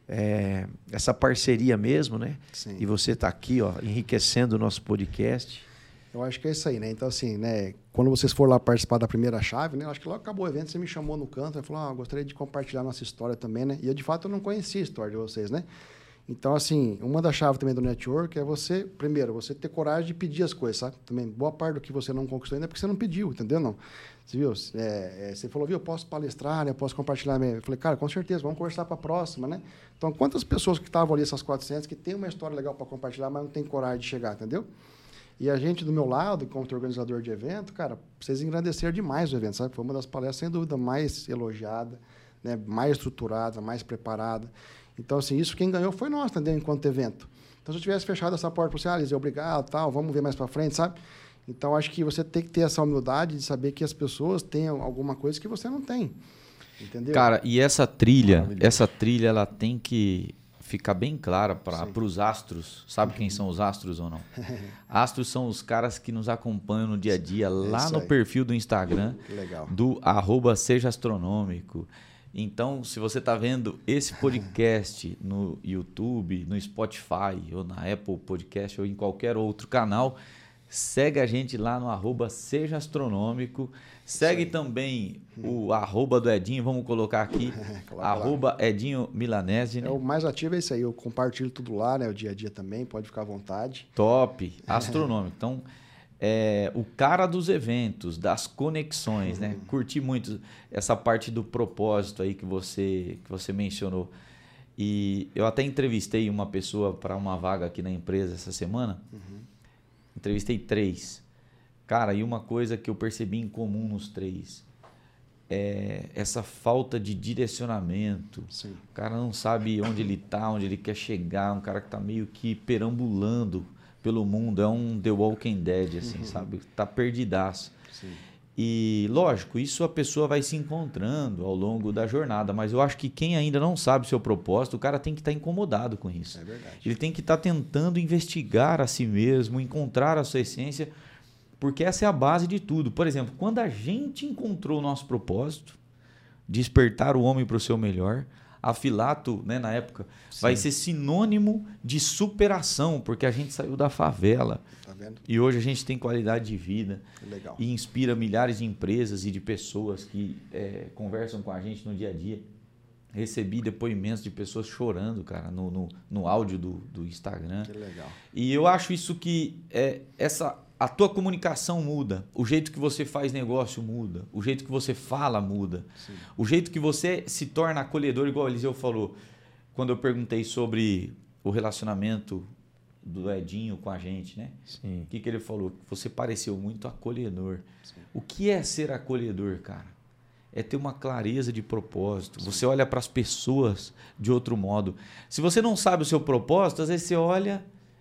é, essa parceria mesmo, né? Sim. E você está aqui, ó, enriquecendo o nosso podcast. Eu acho que é isso aí, né? Então, assim, né? Quando vocês foram lá participar da primeira chave, né? Eu acho que logo acabou o evento, você me chamou no canto e falou, ah, gostaria de compartilhar nossa história também, né? E eu, de fato, eu não conhecia a história de vocês, né? Então, assim, uma das chaves também do network é você, primeiro, você ter coragem de pedir as coisas, sabe? Também, boa parte do que você não conquistou ainda é porque você não pediu, entendeu? Não. Você viu? É, é, você falou, viu, eu posso palestrar, né? Eu posso compartilhar. Minha... Eu falei, cara, com certeza, vamos conversar para a próxima, né? Então, quantas pessoas que estavam ali, essas quatrocentas, que tem uma história legal para compartilhar, mas não tem coragem de chegar, entendeu? E a gente, do meu lado, como organizador de evento, cara, vocês engrandeceram demais o evento, sabe? Foi uma das palestras, sem dúvida, mais elogiada, né? Mais estruturada, mais preparada. Então, assim, isso quem ganhou foi nós, entendeu? Enquanto evento. Então, se eu tivesse fechado essa porta para você, ah, Eliseu, obrigado, tal, vamos ver mais para frente, sabe? Então, acho que você tem que ter essa humildade de saber que as pessoas têm alguma coisa que você não tem, entendeu? Cara, e essa trilha, essa trilha, ela tem que ficar bem clara para os astros. Sabe quem são os astros ou não? Astros são os caras que nos acompanham no dia a dia, lá no perfil do Instagram, Legal. do arroba Seja Astronômico. Então, se você está vendo esse podcast no YouTube, no Spotify, ou na Apple Podcast, ou em qualquer outro canal, segue a gente lá no arroba Seja Astronômico. Segue também o arroba do Edinho, vamos colocar aqui, arroba Edinho Milanese. Né? É, o mais ativo é isso aí, eu compartilho tudo lá, né? O dia a dia também, pode ficar à vontade. Top, astronômico. Então, é o cara dos eventos, das conexões, né? Curti muito essa parte do propósito aí que você, que você mencionou. E eu até entrevistei uma pessoa para uma vaga aqui na empresa essa semana. Uhum. Entrevistei três. Cara, e uma coisa que eu percebi em comum nos três é essa falta de direcionamento. Sim. O cara não sabe onde ele está, onde ele quer chegar. Um cara que está meio que perambulando pelo mundo, é um The Walking Dead, assim, uhum. sabe? Tá perdidaço. Sim. E, lógico, isso a pessoa vai se encontrando ao longo da jornada, mas eu acho que quem ainda não sabe o seu propósito, o cara tem que estar tá incomodado com isso. É verdade. Ele tem que estar tá tentando investigar a si mesmo, encontrar a sua essência, porque essa é a base de tudo. Por exemplo, quando a gente encontrou o nosso propósito, despertar o homem para o seu melhor, a Filato, né, na época, Sim. vai ser sinônimo de superação, porque a gente saiu da favela. Tá vendo? E hoje a gente tem qualidade de vida. Legal. E inspira milhares de empresas e de pessoas que é, conversam com a gente no dia a dia. Recebi depoimentos de pessoas chorando, cara, no, no, no áudio do, do Instagram. Que legal. E eu acho isso que é, essa, a tua comunicação muda, o jeito que você faz negócio muda, o jeito que você fala muda, Sim. o jeito que você se torna acolhedor, igual o Eliseu falou, quando eu perguntei sobre o relacionamento do Edinho com a gente, né? Sim. O que, que ele falou? Você pareceu muito acolhedor. Sim. O que é ser acolhedor, cara? É ter uma clareza de propósito. Sim. Você olha para as pessoas de outro modo. Se você não sabe o seu propósito, às vezes você olha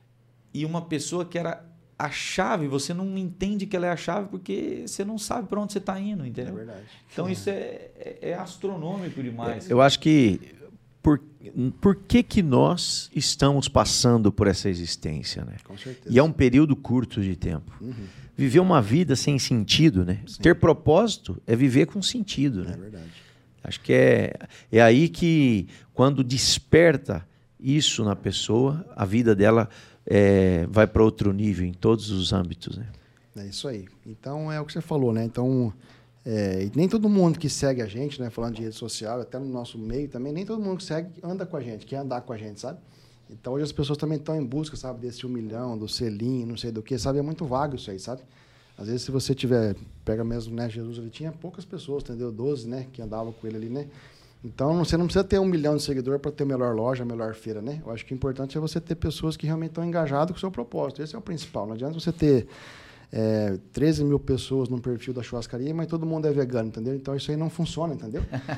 e uma pessoa que era a chave, você não entende que ela é a chave porque você não sabe para onde você está indo, entendeu? É verdade. Então é. isso é, é, é astronômico demais. Eu acho que por, por que, que nós estamos passando por essa existência, né? Com certeza. E é um período curto de tempo. Uhum. Viver uma vida sem sentido, né? Sim. Ter propósito é viver com sentido, né? É verdade. Acho que é, é aí que, quando desperta isso na pessoa, a vida dela é, vai para outro nível, em todos os âmbitos, né? É isso aí. Então, é o que você falou, né? Então, é, nem todo mundo que segue a gente, né? Falando de rede social, até no nosso meio também, nem todo mundo que segue anda com a gente, quer andar com a gente, sabe? Então, hoje as pessoas também estão em busca, sabe, desse um milhão, do selinho, não sei do que, sabe? É muito vago isso aí, sabe? Às vezes, se você tiver, pega mesmo, né, Jesus, ele tinha poucas pessoas, entendeu? doze, né, que andavam com ele ali, né? Então, você não precisa ter um milhão de seguidores para ter a melhor loja, a melhor feira, né? Eu acho que o importante é você ter pessoas que realmente estão engajadas com o seu propósito. Esse é o principal. Não adianta você ter é, treze mil pessoas no perfil da churrascaria, mas todo mundo é vegano, entendeu? Então, isso aí não funciona, entendeu?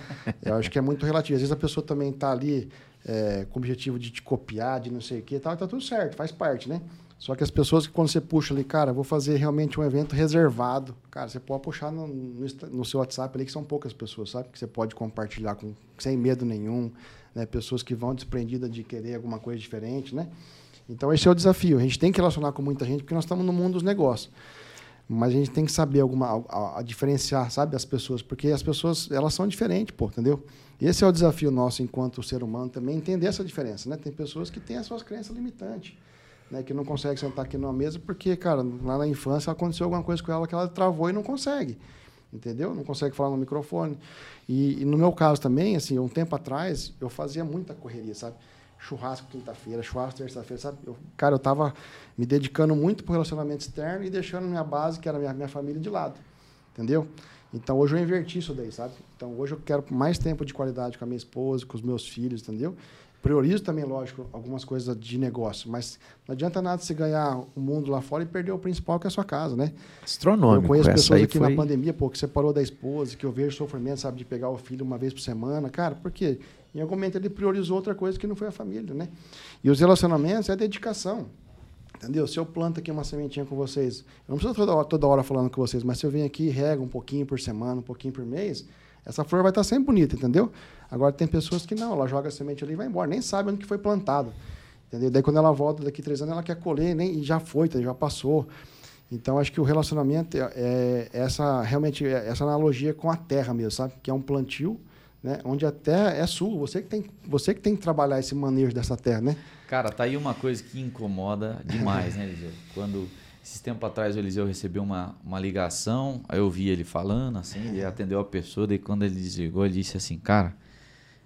Eu acho que é muito relativo. Às vezes, a pessoa também está ali é, com o objetivo de te copiar, de não sei o quê, tal, tá tudo certo, faz parte, né? Só que as pessoas que, quando você puxa ali, cara, vou fazer realmente um evento reservado, cara, você pode puxar no, no, no seu WhatsApp ali, que são poucas pessoas, sabe? Que você pode compartilhar com, sem medo nenhum, né? Pessoas que vão desprendidas de querer alguma coisa diferente, né? Então, esse é o desafio. A gente tem que relacionar com muita gente, porque nós estamos no mundo dos negócios. Mas a gente tem que saber alguma, a, a diferenciar, sabe, as pessoas, porque as pessoas, elas são diferentes, pô, entendeu? Esse é o desafio nosso, enquanto ser humano, também, entender essa diferença, né? Tem pessoas que têm as suas crenças limitantes, né, que não consegue sentar aqui numa mesa porque, cara, lá na infância aconteceu alguma coisa com ela que ela travou e não consegue, entendeu? Não consegue falar no microfone. E, e no meu caso também, assim, um tempo atrás, eu fazia muita correria, sabe? Churrasco quinta-feira, churrasco terça-feira, sabe? Eu, cara, eu estava me dedicando muito para o relacionamento externo e deixando minha base, que era minha, minha família, de lado, entendeu? Então, hoje eu inverti isso daí, sabe? Então, hoje eu quero mais tempo de qualidade com a minha esposa, com os meus filhos, entendeu? Priorizo também, lógico, algumas coisas de negócio, mas não adianta nada você ganhar o mundo lá fora e perder o principal, que é a sua casa, né? Astronômico. Eu conheço pessoas aqui foi... na pandemia, pô, que separou da esposa, que eu vejo sofrimento, sabe, de pegar o filho uma vez por semana. Cara, por quê? Em algum momento ele priorizou outra coisa que não foi a família, né? E os relacionamentos é dedicação, entendeu? Se eu planto aqui uma sementinha com vocês, eu não preciso toda hora, toda hora falando com vocês, mas se eu venho aqui e rego um pouquinho por semana, um pouquinho por mês, essa flor vai estar sempre bonita, entendeu? Agora, tem pessoas que não, ela joga a semente ali e vai embora, nem sabe onde que foi plantado, entendeu? Daí, quando ela volta daqui a três anos, ela quer colher, nem, e já foi, já passou. Então, acho que o relacionamento é, é essa, realmente, é essa analogia com a terra mesmo, sabe? Que é um plantio, né? Onde a terra é sua, você que, tem, você que tem que trabalhar esse manejo dessa terra, né? Cara, tá aí uma coisa que incomoda demais, né, Eliseu? Quando... Esses tempos atrás o Eliseu recebeu uma, uma ligação, aí eu vi ele falando, assim, ele atendeu a pessoa, daí quando ele desligou, ele disse assim, cara,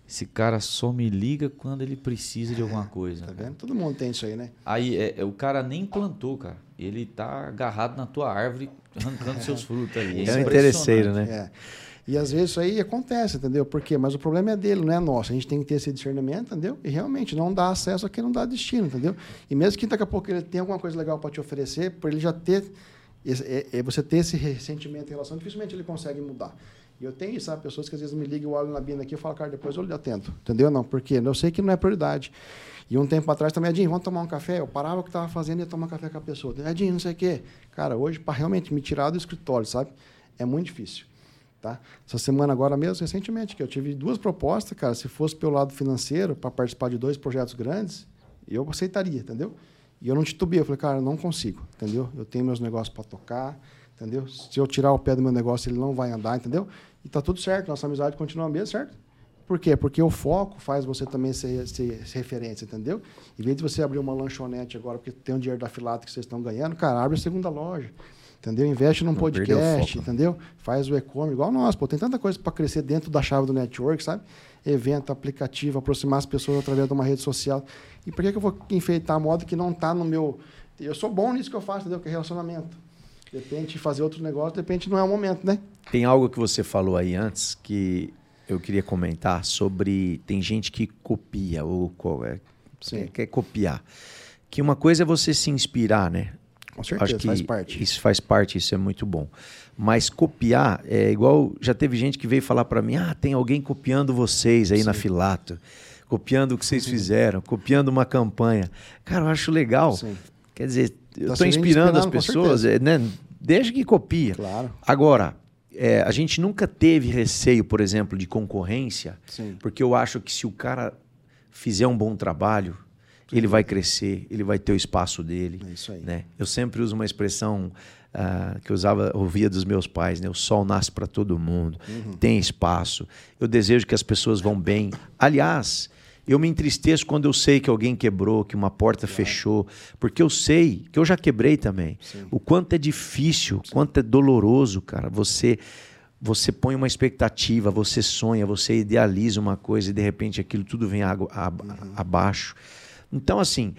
esse cara só me liga quando ele precisa de alguma coisa. Tá cara. vendo? Todo mundo tem isso aí, né? Aí é, é, o cara nem plantou, cara. Ele tá agarrado na tua árvore, arrancando seus frutos ali. É um interesseiro, né? É. E às vezes isso aí acontece, entendeu? Por quê? Mas o problema é dele, não é nosso. A gente tem que ter esse discernimento, entendeu? E realmente não dá acesso a quem não dá destino, entendeu? E mesmo que daqui a pouco ele tenha alguma coisa legal para te oferecer, por ele já ter, esse, é, é você ter esse ressentimento em relação, dificilmente ele consegue mudar. E eu tenho, sabe, pessoas que às vezes me ligam, eu olho na bina aqui e falo, cara, depois eu lhe atento, entendeu? Não, porque eu sei que não é prioridade. E um tempo atrás também, Edinho, vamos tomar um café? Eu parava o que estava fazendo e ia tomar café com a pessoa. Edinho, não sei o quê. Cara, hoje, para realmente me tirar do escritório, sabe, é muito difícil. Tá? Essa semana agora mesmo, recentemente, que eu tive duas propostas, cara, se fosse pelo lado financeiro, para participar de dois projetos grandes, eu aceitaria, entendeu? E eu não titubeei, eu falei, cara, eu não consigo, entendeu? Eu tenho meus negócios para tocar, entendeu? Se eu tirar o pé do meu negócio, ele não vai andar, entendeu? E tá tudo certo, nossa amizade continua a mesma, certo? Por quê? Porque o foco faz você também ser, ser, ser referência, entendeu? Em vez de você abrir uma lanchonete agora, porque tem o dinheiro da Filata que vocês estão ganhando, cara, abre a segunda loja. Entendeu? Investe num não podcast, entendeu? Faz o e-commerce, igual nós, pô. Tem tanta coisa para crescer dentro da chave do network, sabe? Evento, aplicativo, aproximar as pessoas através de uma rede social. E por que, que eu vou enfeitar a moda que não está no meu... Eu sou bom nisso que eu faço, entendeu? Que é relacionamento. De repente, fazer outro negócio, de repente, não é o momento, né? Tem algo que você falou aí antes que eu queria comentar sobre... Tem gente que copia, ou é, quer, quer copiar. Que uma coisa é você se inspirar, né? Com certeza, Acho que faz parte. Isso faz parte, isso é muito bom. Mas copiar é igual... Já teve gente que veio falar para mim, ah, tem alguém copiando vocês aí Sim. na Filato, copiando o que vocês Sim. fizeram, copiando uma campanha. Cara, eu acho legal. Sim. Quer dizer, eu estou tá inspirando as pessoas, é, né? Desde que copia. Claro. Agora, é, a gente nunca teve receio, por exemplo, de concorrência, Sim. porque eu acho que se o cara fizer um bom trabalho... Ele vai crescer, ele vai ter o espaço dele. É isso aí. Né? Eu sempre uso uma expressão uh, que eu usava, ouvia dos meus pais, né? O sol nasce para todo mundo, uhum. tem espaço. Eu desejo que as pessoas vão bem. Aliás, eu me entristeço quando eu sei que alguém quebrou, que uma porta claro. fechou, porque eu sei, que eu já quebrei também, Sim. o quanto é difícil, o quanto é doloroso, cara, você... Você põe uma expectativa, você sonha, você idealiza uma coisa e de repente aquilo tudo vem água, ab, uhum. abaixo. Então, assim,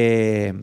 é,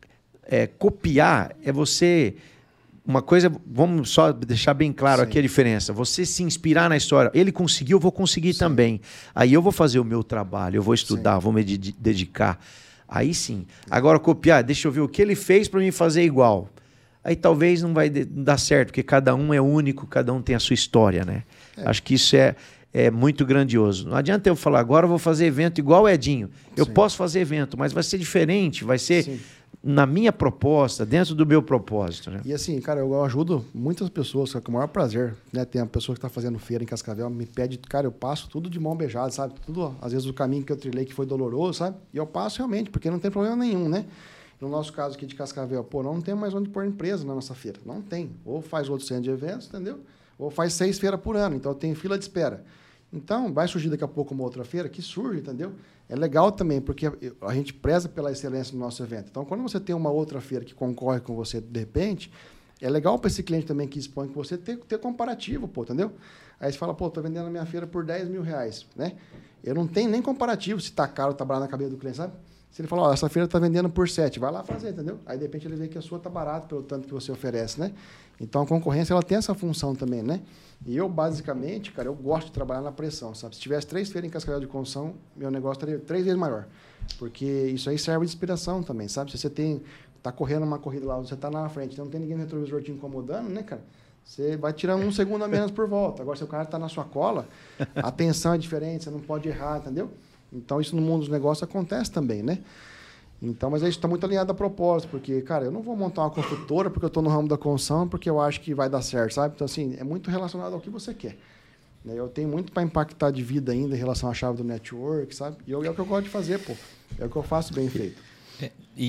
é, copiar é você... Uma coisa, vamos só deixar bem claro Sim. aqui a diferença. Você se inspirar na história. Ele conseguiu, eu vou conseguir sim. também. Aí eu vou fazer o meu trabalho, eu vou estudar, sim. vou me de- dedicar. Aí sim. Agora, copiar, deixa eu ver o que ele fez para mim fazer igual. Aí talvez não vai dar certo, porque cada um é único, cada um tem a sua história, né? É. Acho que isso é, é muito grandioso. Não adianta eu falar, agora eu vou fazer evento igual o Edinho. Eu Sim. posso fazer evento, mas vai ser diferente, vai ser Sim. na minha proposta, dentro do meu propósito, né? E assim, cara, eu ajudo muitas pessoas, com o maior prazer, né? Tem uma pessoa que está fazendo feira em Cascavel, me pede, cara, eu passo tudo de mão beijada, sabe? Tudo, às vezes o caminho que eu trilhei que foi doloroso, sabe? E eu passo realmente, porque não tem problema nenhum, né? No nosso caso aqui de Cascavel, pô, não tem mais onde pôr empresa na nossa feira. Não tem. Ou faz outro centro de eventos, entendeu? Ou faz seis feiras por ano. Então, tem fila de espera. Então, vai surgir daqui a pouco uma outra feira que surge, entendeu? É legal também, porque a gente preza pela excelência do nosso evento. Então, quando você tem uma outra feira que concorre com você de repente, é legal para esse cliente também que expõe com você ter, ter comparativo, pô, entendeu? Aí você fala, pô, tô vendendo a minha feira por dez mil reais, né? Eu não tenho nem comparativo se tá caro ou tá barato na cabeça do cliente, sabe? Se ele falar, ó, essa feira está vendendo por sete, vai lá fazer, entendeu? Aí, de repente, ele vê que a sua está barata pelo tanto que você oferece, né? Então, a concorrência, ela tem essa função também, né? E eu, basicamente, cara, eu gosto de trabalhar na pressão, sabe? Se tivesse três feiras em Cascavel de construção, meu negócio estaria três vezes maior. Porque isso aí serve de inspiração também, sabe? Se você tem, tá correndo uma corrida lá, você está na frente, não tem ninguém no retrovisor te incomodando, né, cara? Você vai tirando um segundo a menos por volta. Agora, se o cara está na sua cola, a atenção é diferente, você não pode errar, entendeu? Então, isso no mundo dos negócios acontece também, né? Então, mas a gente está muito alinhado a propósito, porque, cara, eu não vou montar uma construtora porque eu estou no ramo da construção, porque eu acho que vai dar certo, sabe? Então, assim, é muito relacionado ao que você quer. Eu tenho muito para impactar de vida ainda em relação à chave do network, sabe? E eu, é o que eu gosto de fazer, pô. É o que eu faço bem feito. É,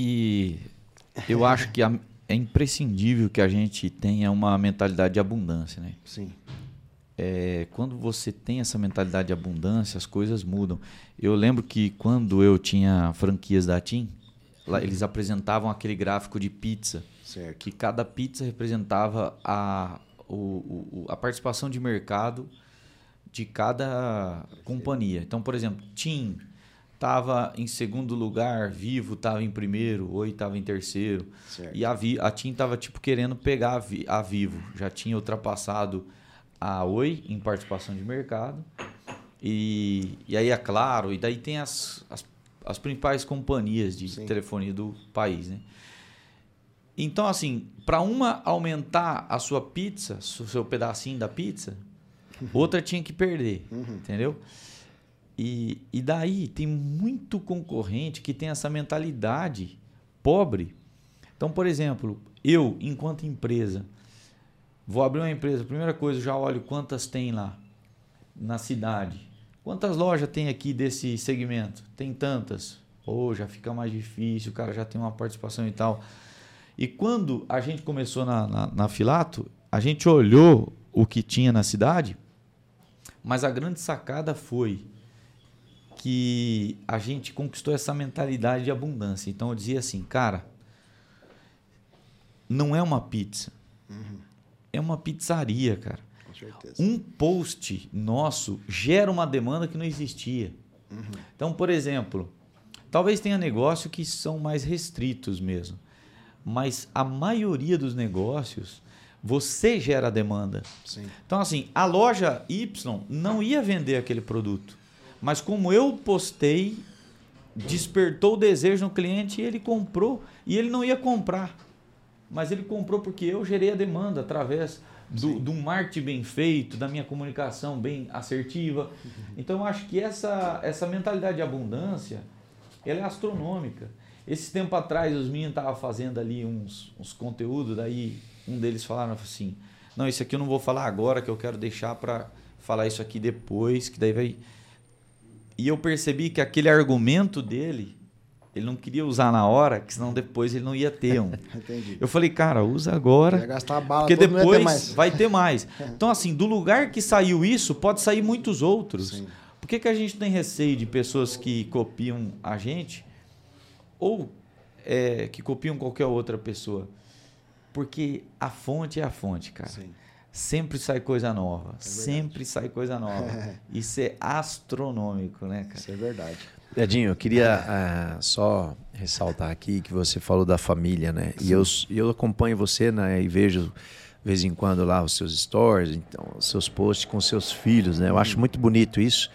e eu acho que a, é imprescindível que a gente tenha uma mentalidade de abundância, né? Sim. É, quando você tem essa mentalidade de abundância, as coisas mudam. Eu lembro que quando eu tinha franquias da TIM, lá, eles apresentavam aquele gráfico de pizza, certo. Que cada pizza representava a, o, o, a participação de mercado de cada companhia. Então, por exemplo, TIM estava em segundo lugar, Vivo estava em primeiro, Oi estava em terceiro. Certo. E a, Vi, a TIM estava tipo, querendo pegar a, Vi, a Vivo. Já tinha ultrapassado a Oi em participação de mercado. E, e aí, é claro, e daí tem as, as, as principais companhias de Sim. telefonia do país, né? Então, assim, para uma aumentar a sua pizza, o seu pedacinho da pizza, uhum. outra tinha que perder, uhum. entendeu? E, e daí tem muito concorrente que tem essa mentalidade pobre. Então, por exemplo, eu, enquanto empresa, vou abrir uma empresa, a primeira coisa, eu já olho quantas tem lá na cidade. Quantas lojas tem aqui desse segmento? Tem tantas. Ou já fica mais difícil, o cara já tem uma participação e tal. E quando a gente começou na, na, na Filato, a gente olhou o que tinha na cidade, mas a grande sacada foi que a gente conquistou essa mentalidade de abundância. Então eu dizia assim, cara, não é uma pizza, uhum. é uma pizzaria, cara. Com certeza. Um post nosso gera uma demanda que não existia. Uhum. Então, por exemplo, talvez tenha negócio que são mais restritos mesmo. Mas a maioria dos negócios, você gera a demanda. Sim. Então, assim, a loja Y não ia vender aquele produto. Mas como eu postei, despertou o desejo no cliente e ele comprou. E ele não ia comprar. Mas ele comprou porque eu gerei a demanda através do, do marketing bem feito, da minha comunicação bem assertiva. Uhum. Então, eu acho que essa, essa mentalidade de abundância, ela é astronômica. Esse tempo atrás, os meninos estavam fazendo ali uns, uns conteúdos, daí um deles falaram assim, não, isso aqui eu não vou falar agora, que eu quero deixar para falar isso aqui depois, que daí vai... E eu percebi que aquele argumento dele, ele não queria usar na hora, que senão depois ele não ia ter um. Entendi. Eu falei, cara, usa agora, vai gastar a bala, porque depois ter mais. vai ter mais. Então, assim, do lugar que saiu isso, pode sair muitos outros. Sim. Por que, que a gente tem receio de pessoas que copiam a gente ou é, que copiam qualquer outra pessoa? Porque a fonte é a fonte, cara. Sim. Sempre sai coisa nova. É sempre sai coisa nova. É. Isso é astronômico, né, cara? Isso é verdade. Edinho, eu queria uh, só ressaltar aqui que você falou da família, né? Sim. E eu, eu acompanho você, né? E vejo de vez em quando lá os seus stories, então, os seus posts com seus filhos, né? Eu hum. acho muito bonito isso,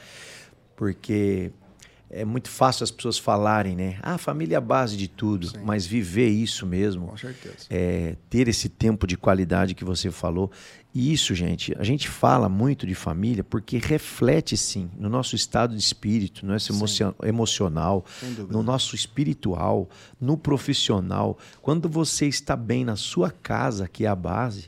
porque é muito fácil as pessoas falarem, né? Ah, a família é a base de tudo. Sim. Mas viver isso mesmo, com certeza. É, ter esse tempo de qualidade que você falou. E isso, gente, a gente fala muito de família porque reflete, sim, no nosso estado de espírito, no nosso emocio- emocional, no nosso espiritual, no profissional. Quando você está bem na sua casa, que é a base,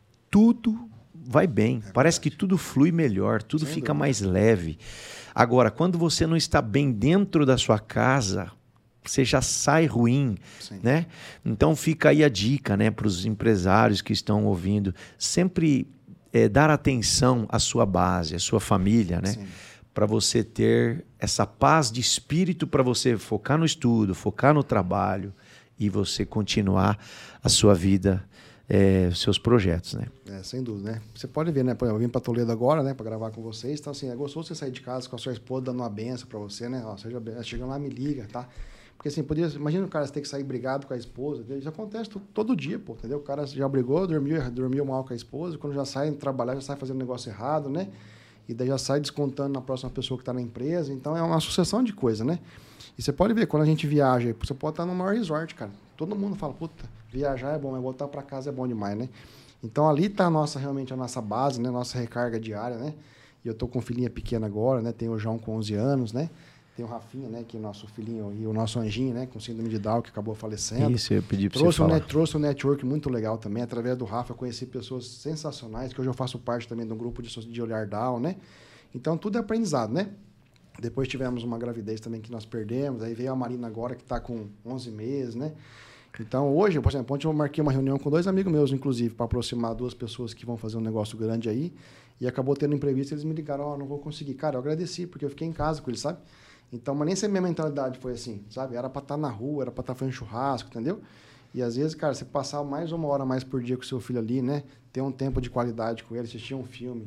tudo vai bem. É Parece verdade. que tudo flui melhor, tudo Sem fica dúvida. mais leve. Agora, quando você não está bem dentro da sua casa, você já sai ruim, Sim. né? Então fica aí a dica, né, para os empresários que estão ouvindo, sempre é, dar atenção à sua base, à sua família, né? Para você ter essa paz de espírito, para você focar no estudo, focar no trabalho e você continuar a sua vida, é, os seus projetos, né? É, sem dúvida, né? Você pode ver, né? Por exemplo, eu vim para Toledo agora, né, para gravar com vocês. Então, assim, é gostoso você sair de casa com a sua esposa dando uma benção para você, né? Ó, seja bem, chegando lá, me liga, tá? Porque assim, podia, imagina o cara ter que sair brigado com a esposa, isso acontece todo, todo dia, pô, entendeu? O cara já brigou, dormiu, dormiu mal com a esposa, quando já sai trabalhar, já sai fazendo negócio errado, né? E daí já sai descontando na próxima pessoa que está na empresa, então é uma sucessão de coisas, né? E você pode ver, quando a gente viaja, você pode estar no maior resort, cara. Todo mundo fala, puta, viajar é bom, mas voltar para casa é bom demais, né? Então ali está a nossa, realmente a nossa base, né? Nossa recarga diária, né? E eu tô com filhinha pequena agora, né? Tem o João com onze anos, né? Tem o Rafinha, né, que é o nosso filhinho, e o nosso anjinho, né, com síndrome de Down, que acabou falecendo. Isso, eu pedi para você falar. Um net, trouxe um network muito legal também. Através do Rafa, eu conheci pessoas sensacionais, que hoje eu faço parte também de um grupo de, de olhar Down, né? Então, tudo é aprendizado, né? Depois tivemos uma gravidez também que nós perdemos. Aí veio a Marina agora, que está com onze meses, né? Então, hoje, por exemplo, ontem eu marquei uma reunião com dois amigos meus, inclusive, para aproximar duas pessoas que vão fazer um negócio grande aí. E acabou tendo imprevisto, eles me ligaram, ó, oh, não vou conseguir. Cara, eu agradeci, porque eu fiquei em casa com eles, sabe? Então, mas nem se a minha mentalidade foi assim, sabe? Era para estar na rua, era para estar fazendo churrasco, entendeu? E às vezes, cara, você passar mais uma hora mais por dia com o seu filho ali, né? Ter um tempo de qualidade com ele, assistir um filme,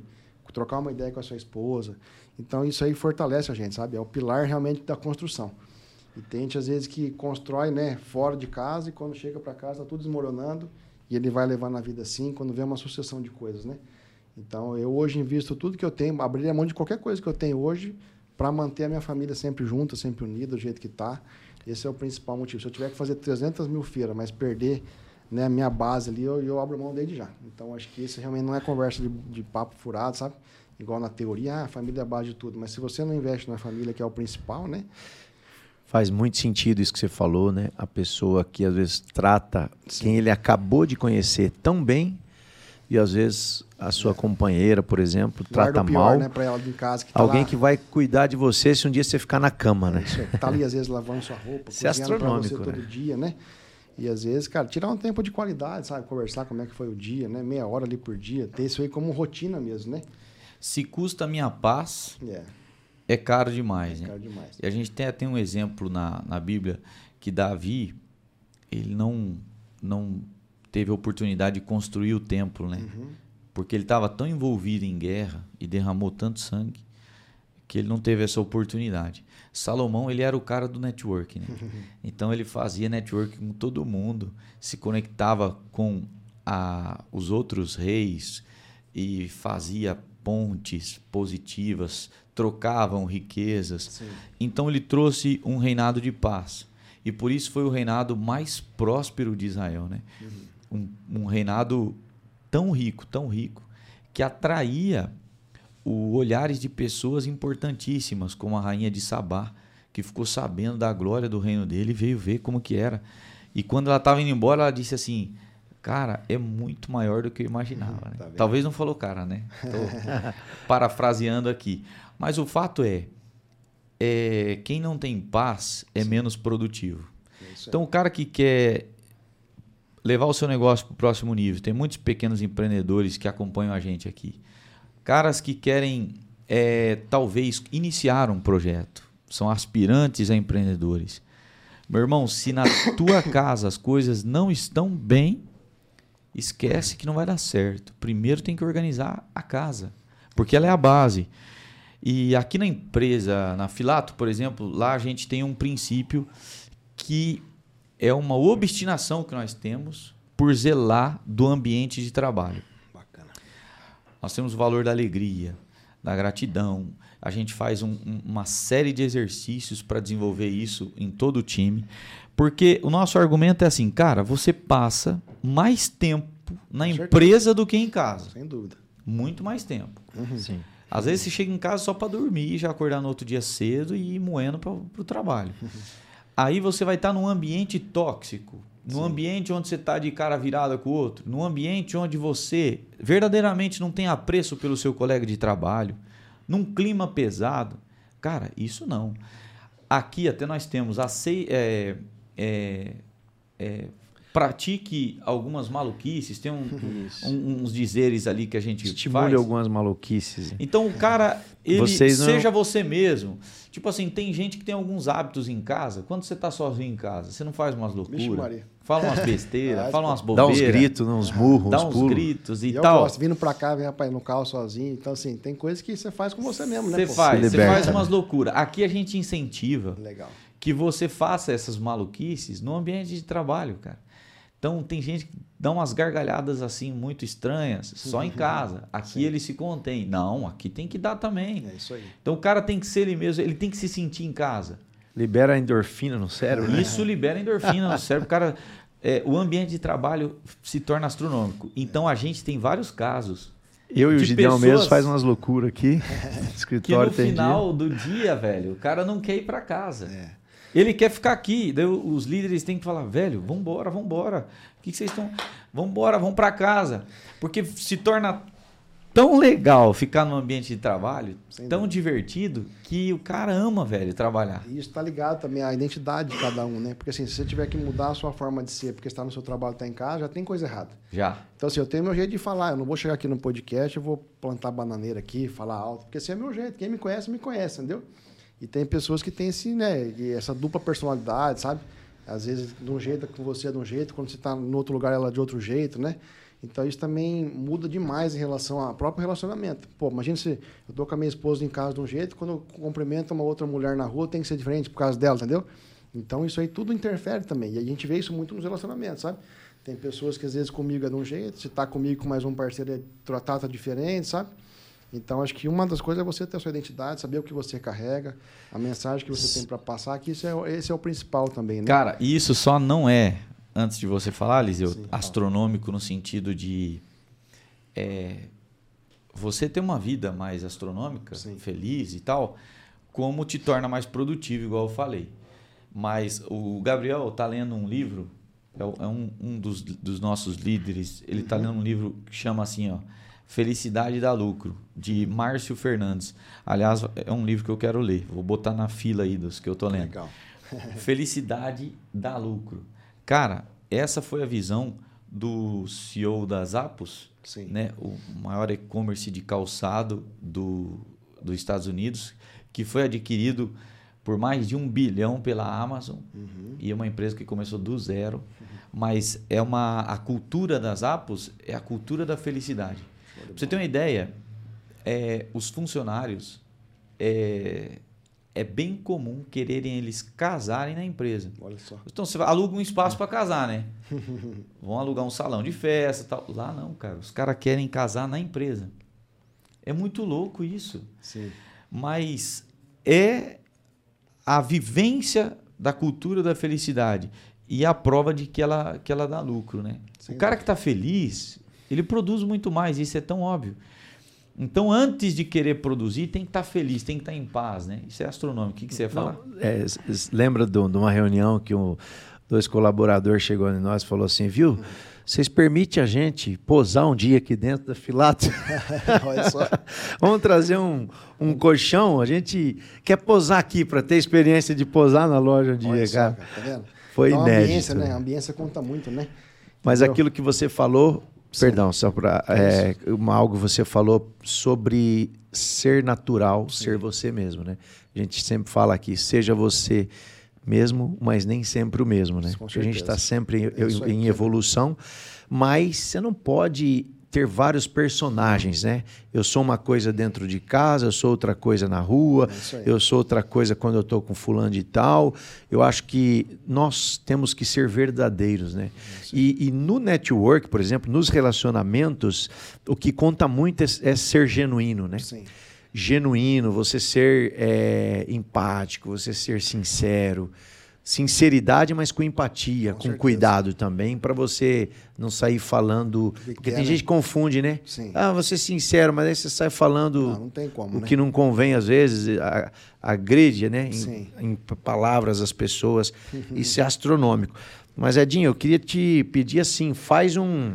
trocar uma ideia com a sua esposa. Então, isso aí fortalece a gente, sabe? É o pilar realmente da construção. E tem gente, às vezes, que constrói, né, fora de casa e quando chega para casa está tudo desmoronando e ele vai levando a vida assim, quando vê uma sucessão de coisas, né? Então, eu hoje invisto tudo que eu tenho, abrir a mão de qualquer coisa que eu tenho hoje para manter a minha família sempre junta, sempre unida, do jeito que está. Esse é o principal motivo. Se eu tiver que fazer trezentas mil feiras, mas perder, né, a minha base ali, eu, eu abro mão desde já. Então, acho que isso realmente não é conversa de, de papo furado, sabe? Igual na teoria, ah, a família é a base de tudo. Mas se você não investe na família, que é o principal, né? Faz muito sentido isso que você falou, né? A pessoa que às vezes trata Sim. quem ele acabou de conhecer tão bem e às vezes a sua é. companheira, por exemplo, Guarda trata pior, mal. Né, pra ela de casa, que tá alguém lá... que vai cuidar de você se um dia você ficar na cama, né? Isso, tá ali às vezes lavando sua roupa, isso é astronômico, pra você né? todo dia, né? E às vezes, cara, tirar um tempo de qualidade, sabe? Conversar como é que foi o dia, né? Meia hora ali por dia, ter isso aí como rotina mesmo, né? Se custa a minha paz, yeah. é caro demais, é né? Caro demais. E a gente tem, tem um exemplo na, na Bíblia que Davi, ele não, não teve a oportunidade de construir o templo, né? Uhum. Porque ele estava tão envolvido em guerra e derramou tanto sangue que ele não teve essa oportunidade. Salomão, ele era o cara do network, né? Então ele fazia network com todo mundo, se conectava com a, os outros reis e fazia pontes positivas, trocavam riquezas. Sim. Então ele trouxe um reinado de paz. E por isso foi o reinado mais próspero de Israel, né? Uhum. Um, um reinado tão rico, tão rico, que atraía o olhares de pessoas importantíssimas, como a rainha de Sabá, que ficou sabendo da glória do reino dele e veio ver como que era. E quando ela estava indo embora, ela disse assim, cara, é muito maior do que eu imaginava. Né? Tá Talvez não falou cara, né? Estou parafraseando aqui. Mas o fato é, é, quem não tem paz é Sim. menos produtivo. É então o cara que quer levar o seu negócio para o próximo nível, tem muitos pequenos empreendedores que acompanham a gente aqui. Caras que querem, é, talvez, iniciar um projeto. São aspirantes a empreendedores. Meu irmão, se na tua casa as coisas não estão bem, esquece que não vai dar certo. Primeiro tem que organizar a casa, porque ela é a base. E aqui na empresa, na Filato, por exemplo, lá a gente tem um princípio que é uma obstinação que nós temos por zelar do ambiente de trabalho. Bacana. Nós temos o valor da alegria, da gratidão. A gente faz um, um, uma série de exercícios para desenvolver isso em todo o time. Porque o nosso argumento é assim, cara, você passa mais tempo na Com empresa certeza. Do que em casa. Sem dúvida. Muito mais tempo. Uhum. Sim. Às vezes você chega em casa só para dormir, já acordar no outro dia cedo e ir moendo para o trabalho. Uhum. Aí você vai estar num ambiente tóxico, num Sim. ambiente onde você está de cara virada com o outro, num ambiente onde você verdadeiramente não tem apreço pelo seu colega de trabalho, num clima pesado. Cara, isso não. Aqui até nós temos a C, é, é, é, pratique algumas maluquices, tem um, um, uns dizeres ali que a gente Estimule faz. algumas maluquices. Então o cara, ele Vocês não... seja você mesmo. Tipo assim, tem gente que tem alguns hábitos em casa. Quando você tá sozinho em casa, você não faz umas loucuras, fala umas besteiras, fala umas bobeiras. Dá uns gritos, uns murros, dá uns uns pulos. gritos e, e tal. Eu gosto, vindo pra cá, vem rapaz no carro sozinho. Então, assim, tem coisas que você faz com você mesmo, né? Você pô? faz, Se você liberta, faz umas né? loucuras. Aqui a gente incentiva Legal. que você faça essas maluquices no ambiente de trabalho, cara. Então, tem gente que dá umas gargalhadas assim muito estranhas só em casa. Aqui Sim. ele se contém. Não, aqui tem que dar também. É isso aí. Então, o cara tem que ser ele mesmo, ele tem que se sentir em casa. Libera endorfina no cérebro. Isso libera endorfina no cérebro. Cara, é, o ambiente de trabalho se torna astronômico. Então, a gente tem vários casos. Eu e o Gideão mesmo faz umas loucuras aqui. Escritório que no tem final dia. do dia, velho, o cara não quer ir para casa. É. Ele quer ficar aqui. Daí os líderes têm que falar, velho, vambora, vambora. O que, que vocês estão... Vambora, vamos para casa. Porque se torna tão legal ficar no ambiente de trabalho, Sem tão dúvida. divertido, que o cara ama, velho, trabalhar. E isso está ligado também à identidade de cada um, né? Porque assim, se você tiver que mudar a sua forma de ser, porque está no seu trabalho, está em casa, já tem coisa errada. Já. Então assim, eu tenho meu jeito de falar. Eu não vou chegar aqui no podcast, eu vou plantar bananeira aqui, falar alto, porque esse é meu jeito. Quem me conhece, me conhece, entendeu? E tem pessoas que têm esse, né, essa dupla personalidade, sabe? Às vezes, de um jeito com você é de um jeito, quando você está no outro lugar, ela é de outro jeito, né? Então, isso também muda demais em relação ao próprio relacionamento. Pô, imagina se eu tô com a minha esposa em casa de um jeito, quando eu cumprimento uma outra mulher na rua, tem que ser diferente por causa dela, entendeu? Então, isso aí tudo interfere também. E a gente vê isso muito nos relacionamentos, sabe? Tem pessoas que, às vezes, comigo é de um jeito, se tá comigo com mais um parceiro, é trata diferente, sabe? Então, acho que uma das coisas é você ter a sua identidade, saber o que você carrega, a mensagem que você tem para passar, que isso é, esse é o principal também, né? Cara, isso só não é, antes de você falar, Liseu, Sim, astronômico no sentido de é, você ter uma vida mais astronômica, Sim. feliz e tal, como te torna mais produtivo, igual eu falei. Mas o Gabriel está lendo um livro, é um, um dos, dos nossos líderes, ele está uhum. lendo um livro que chama assim, ó, Felicidade dá Lucro, de Márcio Fernandes. Aliás, é um livro que eu quero ler. Vou botar na fila aí dos que eu estou lendo. Legal. Felicidade dá lucro. Cara, essa foi a visão do C E O da Zappos, né? O maior e-commerce de calçado do, dos Estados Unidos, que foi adquirido por mais de um bilhão pela Amazon, uhum. e uma empresa que começou do zero. Uhum. Mas é uma, a cultura das Zappos é a cultura da felicidade. Pra você ter uma ideia, é, os funcionários, é, é bem comum quererem eles casarem na empresa. Olha só. Então, você aluga um espaço para casar, né? Vão alugar um salão de festa e tal. Lá não, cara. Os caras querem casar na empresa. É muito louco isso. Sim. Mas é a vivência da cultura da felicidade e a prova de que ela, que ela dá lucro, né? Sim, o cara que está feliz... ele produz muito mais, isso é tão óbvio. Então, antes de querer produzir, tem que estar feliz, tem que estar em paz, né? Isso é astronômico. O que, que você ia falar? Não, é, lembra de uma reunião que um, dois colaboradores chegou em nós e falou assim, viu, vocês permitem a gente posar um dia aqui dentro da Filato? Olha só. Vamos trazer um, um colchão, a gente quer posar aqui para ter experiência de posar na loja um dia, Olha só, cara. cara. Tá vendo? Foi então, inédito. A ambiência, né? A ambiência conta muito, né? Mas Entendeu? aquilo que você falou... Perdão, só para é, algo que você falou sobre ser natural, Sim. ser você mesmo, né? A gente sempre fala aqui, seja você mesmo, mas nem sempre o mesmo, né? Porque a gente está sempre em, em evolução, mas você não pode ter vários personagens, né? Eu sou uma coisa dentro de casa, eu sou outra coisa na rua, é eu sou outra coisa quando eu estou com fulano de tal. Eu acho que nós temos que ser verdadeiros, né? É e, e no network, por exemplo, nos relacionamentos, o que conta muito é, é ser genuíno, né? Sim. Genuíno, você ser é, empático, você ser sincero. Sinceridade, mas com empatia, com, com cuidado também, para você não sair falando... Porque tem gente que confunde, né? Sim. Ah, você é sincero, mas aí você sai falando não, não tem como, o né? que não convém, às vezes, a, agride, né? Em, em palavras as pessoas. Uhum. Isso é astronômico. Mas, Edinho, eu queria te pedir assim, faz um...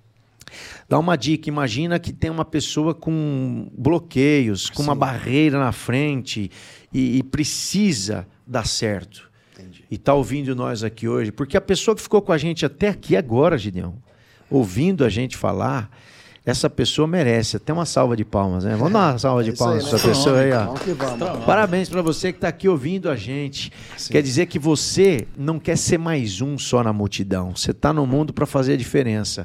Dá uma dica, imagina que tem uma pessoa com bloqueios, com Sim. uma barreira na frente e, e precisa dar certo. Entendi. E está ouvindo nós aqui hoje, porque a pessoa que ficou com a gente até aqui agora, Gideão, ouvindo a gente falar, essa pessoa merece até uma salva de palmas, né? Vamos dar uma salva de é palmas para essa né? pessoa aí, ó. Vamos que vamos. Parabéns para você que está aqui ouvindo a gente. Sim. Quer dizer que você não quer ser mais um só na multidão. Você está no mundo para fazer a diferença.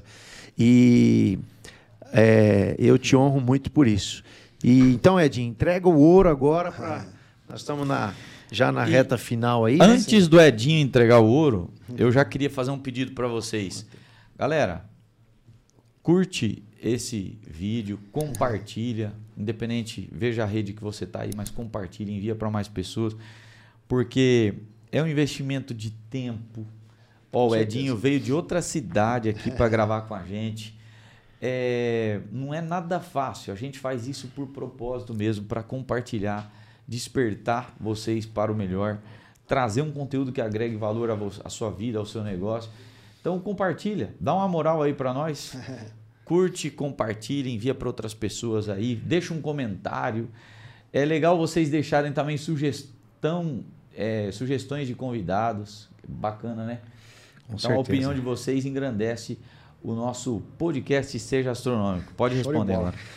E é, eu te honro muito por isso. E então, Edinho, entrega o ouro agora para... Nós estamos na... já na e reta final aí. Antes né? do Edinho entregar o ouro, eu já queria fazer um pedido para vocês. Galera, curte esse vídeo, compartilha, independente, veja a rede que você está aí, mas compartilha, envia para mais pessoas, porque é um investimento de tempo. Ó, o Edinho veio de outra cidade aqui para gravar com a gente. É, não é nada fácil, a gente faz isso por propósito mesmo, para compartilhar, despertar vocês para o melhor, trazer um conteúdo que agregue valor à sua vida, ao seu negócio. Então compartilha, dá uma moral aí para nós, curte, compartilha, envia para outras pessoas aí, deixa um comentário. É legal vocês deixarem também sugestão, é, sugestões de convidados, bacana, né? Com então certeza. A opinião de vocês engrandece o nosso podcast Seja Astronômico. Pode responder agora.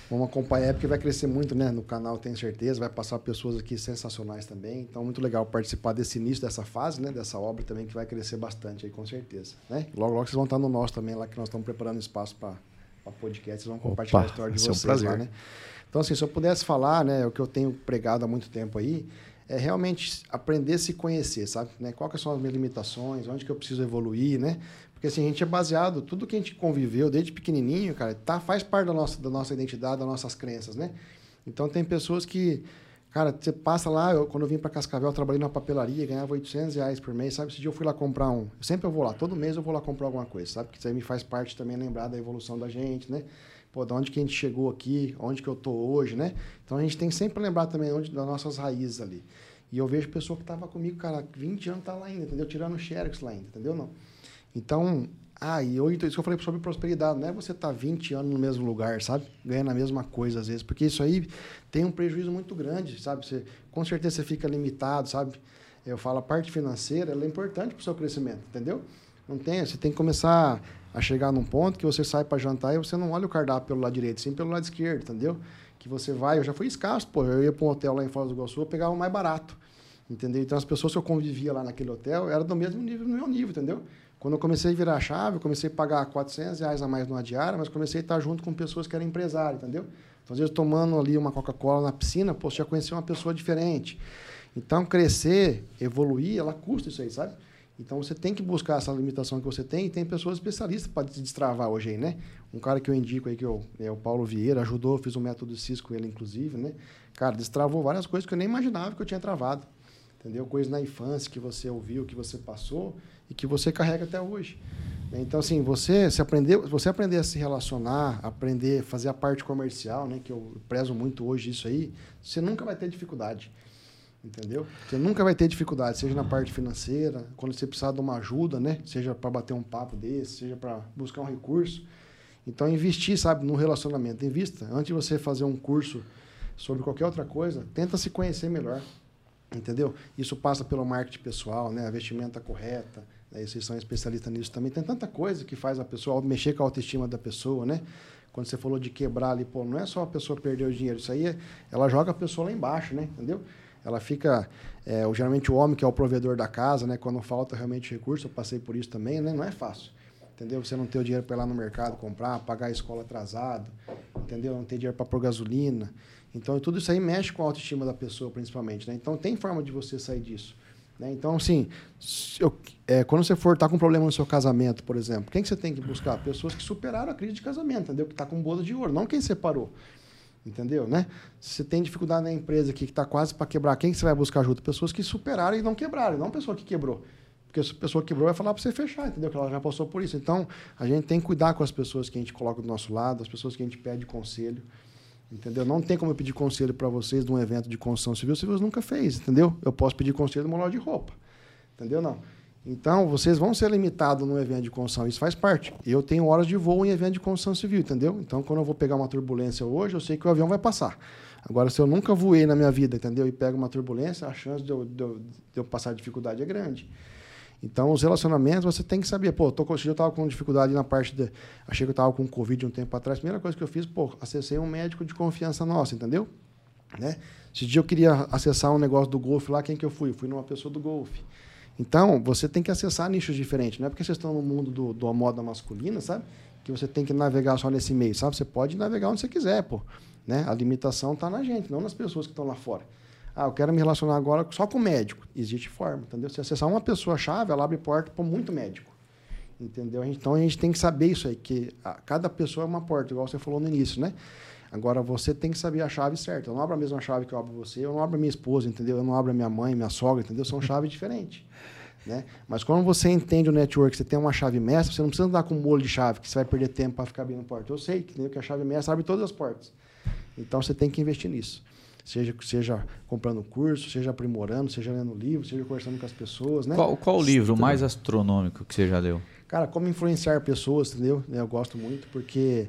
Vamos acompanhar, porque vai crescer muito, né? No canal, tenho certeza. Vai passar pessoas aqui sensacionais também. Então, muito legal participar desse início, dessa fase, né? Dessa obra também, que vai crescer bastante aí, com certeza. Né? Logo, logo vocês vão estar no nosso também, lá que nós estamos preparando espaço para podcast. Vocês vão compartilhar Opa, a história de vocês é um prazer. Lá, né? Então, assim, se eu pudesse falar, né? O que eu tenho pregado há muito tempo aí, é realmente aprender a se conhecer, sabe? Né? Quais que são as minhas limitações, onde que eu preciso evoluir, né? Porque assim, a gente é baseado, tudo que a gente conviveu desde pequenininho, cara, tá, faz parte da nossa, da nossa identidade, das nossas crenças, né? Então tem pessoas que, cara, você passa lá, eu, quando eu vim para Cascavel, eu trabalhei numa papelaria, ganhava oitocentos reais por mês, sabe? Esse dia eu fui lá comprar um, sempre eu vou lá, todo mês eu vou lá comprar alguma coisa, sabe? Porque isso aí me faz parte também lembrar da evolução da gente, né? Pô, de onde que a gente chegou aqui, onde que eu tô hoje, né? Então a gente tem que sempre lembrar também onde, das nossas raízes ali. E eu vejo pessoa que tava comigo, cara, vinte anos tá lá ainda, entendeu? Tirando o xerox lá ainda, entendeu? Não. Então, ah, e hoje, então, isso que eu falei sobre prosperidade, não é você estar tá vinte anos no mesmo lugar, sabe? Ganhando a mesma coisa às vezes, porque isso aí tem um prejuízo muito grande, sabe? Você, com certeza você fica limitado, sabe? Eu falo, a parte financeira, ela é importante para o seu crescimento, entendeu? Não tem, você tem que começar a chegar num ponto que você sai para jantar e você não olha o cardápio pelo lado direito, sim pelo lado esquerdo, entendeu? Que você vai, eu já fui escasso, pô, eu ia para um hotel lá em Foz do Iguaçu, eu pegava o mais barato, entendeu? Então as pessoas que eu convivia lá naquele hotel eram do mesmo nível, do meu nível, entendeu? Quando eu comecei a virar a chave, eu comecei a pagar quatrocentos reais a mais numa diária, mas comecei a estar junto com pessoas que eram empresários, entendeu? Então, às vezes, tomando ali uma Coca-Cola na piscina, pô, você já conheceu uma pessoa diferente. Então, crescer, evoluir, ela custa isso aí, sabe? Então, você tem que buscar essa limitação que você tem, e tem pessoas especialistas para se destravar hoje aí, né? Um cara que eu indico aí, que eu, é o Paulo Vieira, ajudou, fiz um método Cisco com ele, inclusive, né? Cara, destravou várias coisas que eu nem imaginava que eu tinha travado. Entendeu? Coisas na infância que você ouviu, que você passou e que você carrega até hoje. Então, assim, você se aprender, você aprender a se relacionar, aprender a fazer a parte comercial, né, que eu prezo muito hoje isso aí, você nunca vai ter dificuldade. Entendeu? Você nunca vai ter dificuldade, seja na parte financeira, quando você precisar de uma ajuda, né, seja para bater um papo desse, seja para buscar um recurso. Então, investir, sabe, no relacionamento. Invista. Antes de você fazer um curso sobre qualquer outra coisa, tenta se conhecer melhor. Entendeu? Isso passa pelo marketing pessoal, né? A vestimenta correta, né? Vocês são especialistas nisso também. Tem tanta coisa que faz a pessoa mexer com a autoestima da pessoa, né? Quando você falou de quebrar ali, pô, não é só a pessoa perder o dinheiro, isso aí é, ela joga a pessoa lá embaixo, né? Entendeu? Ela fica, é, geralmente o homem que é o provedor da casa, né? Quando falta realmente recurso, eu passei por isso também, né? Não é fácil. Entendeu? Você não ter o dinheiro para ir lá no mercado comprar, pagar a escola atrasado, entendeu? Não ter dinheiro para pôr gasolina. Então, tudo isso aí mexe com a autoestima da pessoa, principalmente, né? Então, tem forma de você sair disso, né? Então, assim, eu, é, quando você for estar tá com um problema no seu casamento, por exemplo, quem que você tem que buscar? Pessoas que superaram a crise de casamento, entendeu? Que está com boda de ouro, não quem separou, entendeu? Né? Se você tem dificuldade na empresa aqui que está quase para quebrar, quem que você vai buscar ajuda? Pessoas que superaram e não quebraram, não pessoa que quebrou. Porque se a pessoa quebrou, vai falar para você fechar, entendeu? Que ela já passou por isso. Então, a gente tem que cuidar com as pessoas que a gente coloca do nosso lado, as pessoas que a gente pede conselho. Entendeu? Não tem como eu pedir conselho para vocês de um evento de construção civil se vocês nunca fez, entendeu? Eu posso pedir conselho de uma loja de roupa, entendeu? Não. Então, vocês vão ser limitados num evento de construção, isso faz parte. Eu tenho horas de voo em evento de construção civil, entendeu? Então, quando eu vou pegar uma turbulência hoje, eu sei que o avião vai passar. Agora, se eu nunca voei na minha vida, entendeu? E pego uma turbulência, a chance de eu, de eu, de eu passar dificuldade é grande. Então, os relacionamentos, você tem que saber, pô, tô, eu estava com dificuldade na parte de... Achei que eu estava com Covid um tempo atrás. A primeira coisa que eu fiz, pô, acessei um médico de confiança nossa, entendeu? Né? Esse dia eu queria acessar um negócio do golfe lá, quem que eu fui? Eu fui numa pessoa do golfe. Então, você tem que acessar nichos diferentes. Não é porque vocês estão no mundo do, do moda masculina, sabe? Que você tem que navegar só nesse meio, sabe? Você pode navegar onde você quiser, pô. Né? A limitação está na gente, não nas pessoas que estão lá fora. Ah, eu quero me relacionar agora só com médico. Existe forma, entendeu? Se acessar uma pessoa-chave, ela abre porta para muito médico. Entendeu? Então, a gente tem que saber isso aí, que a, cada pessoa é uma porta, igual você falou no início, né? Agora, você tem que saber a chave certa. Eu não abro a mesma chave que eu abro você, eu não abro a minha esposa, entendeu? Eu não abro a minha mãe, minha sogra, entendeu? São chaves diferentes. Né? Mas quando você entende o network, você tem uma chave mestra, você não precisa andar com um molho de chave, que você vai perder tempo para ficar abrindo porta. Eu sei que, que a chave mestra abre todas as portas. Então, você tem que investir nisso. Seja, seja comprando curso, seja aprimorando, seja lendo livro, seja conversando com as pessoas, né? Qual, qual o livro mais astronômico que você já leu? Cara, como influenciar pessoas, entendeu? Eu gosto muito, porque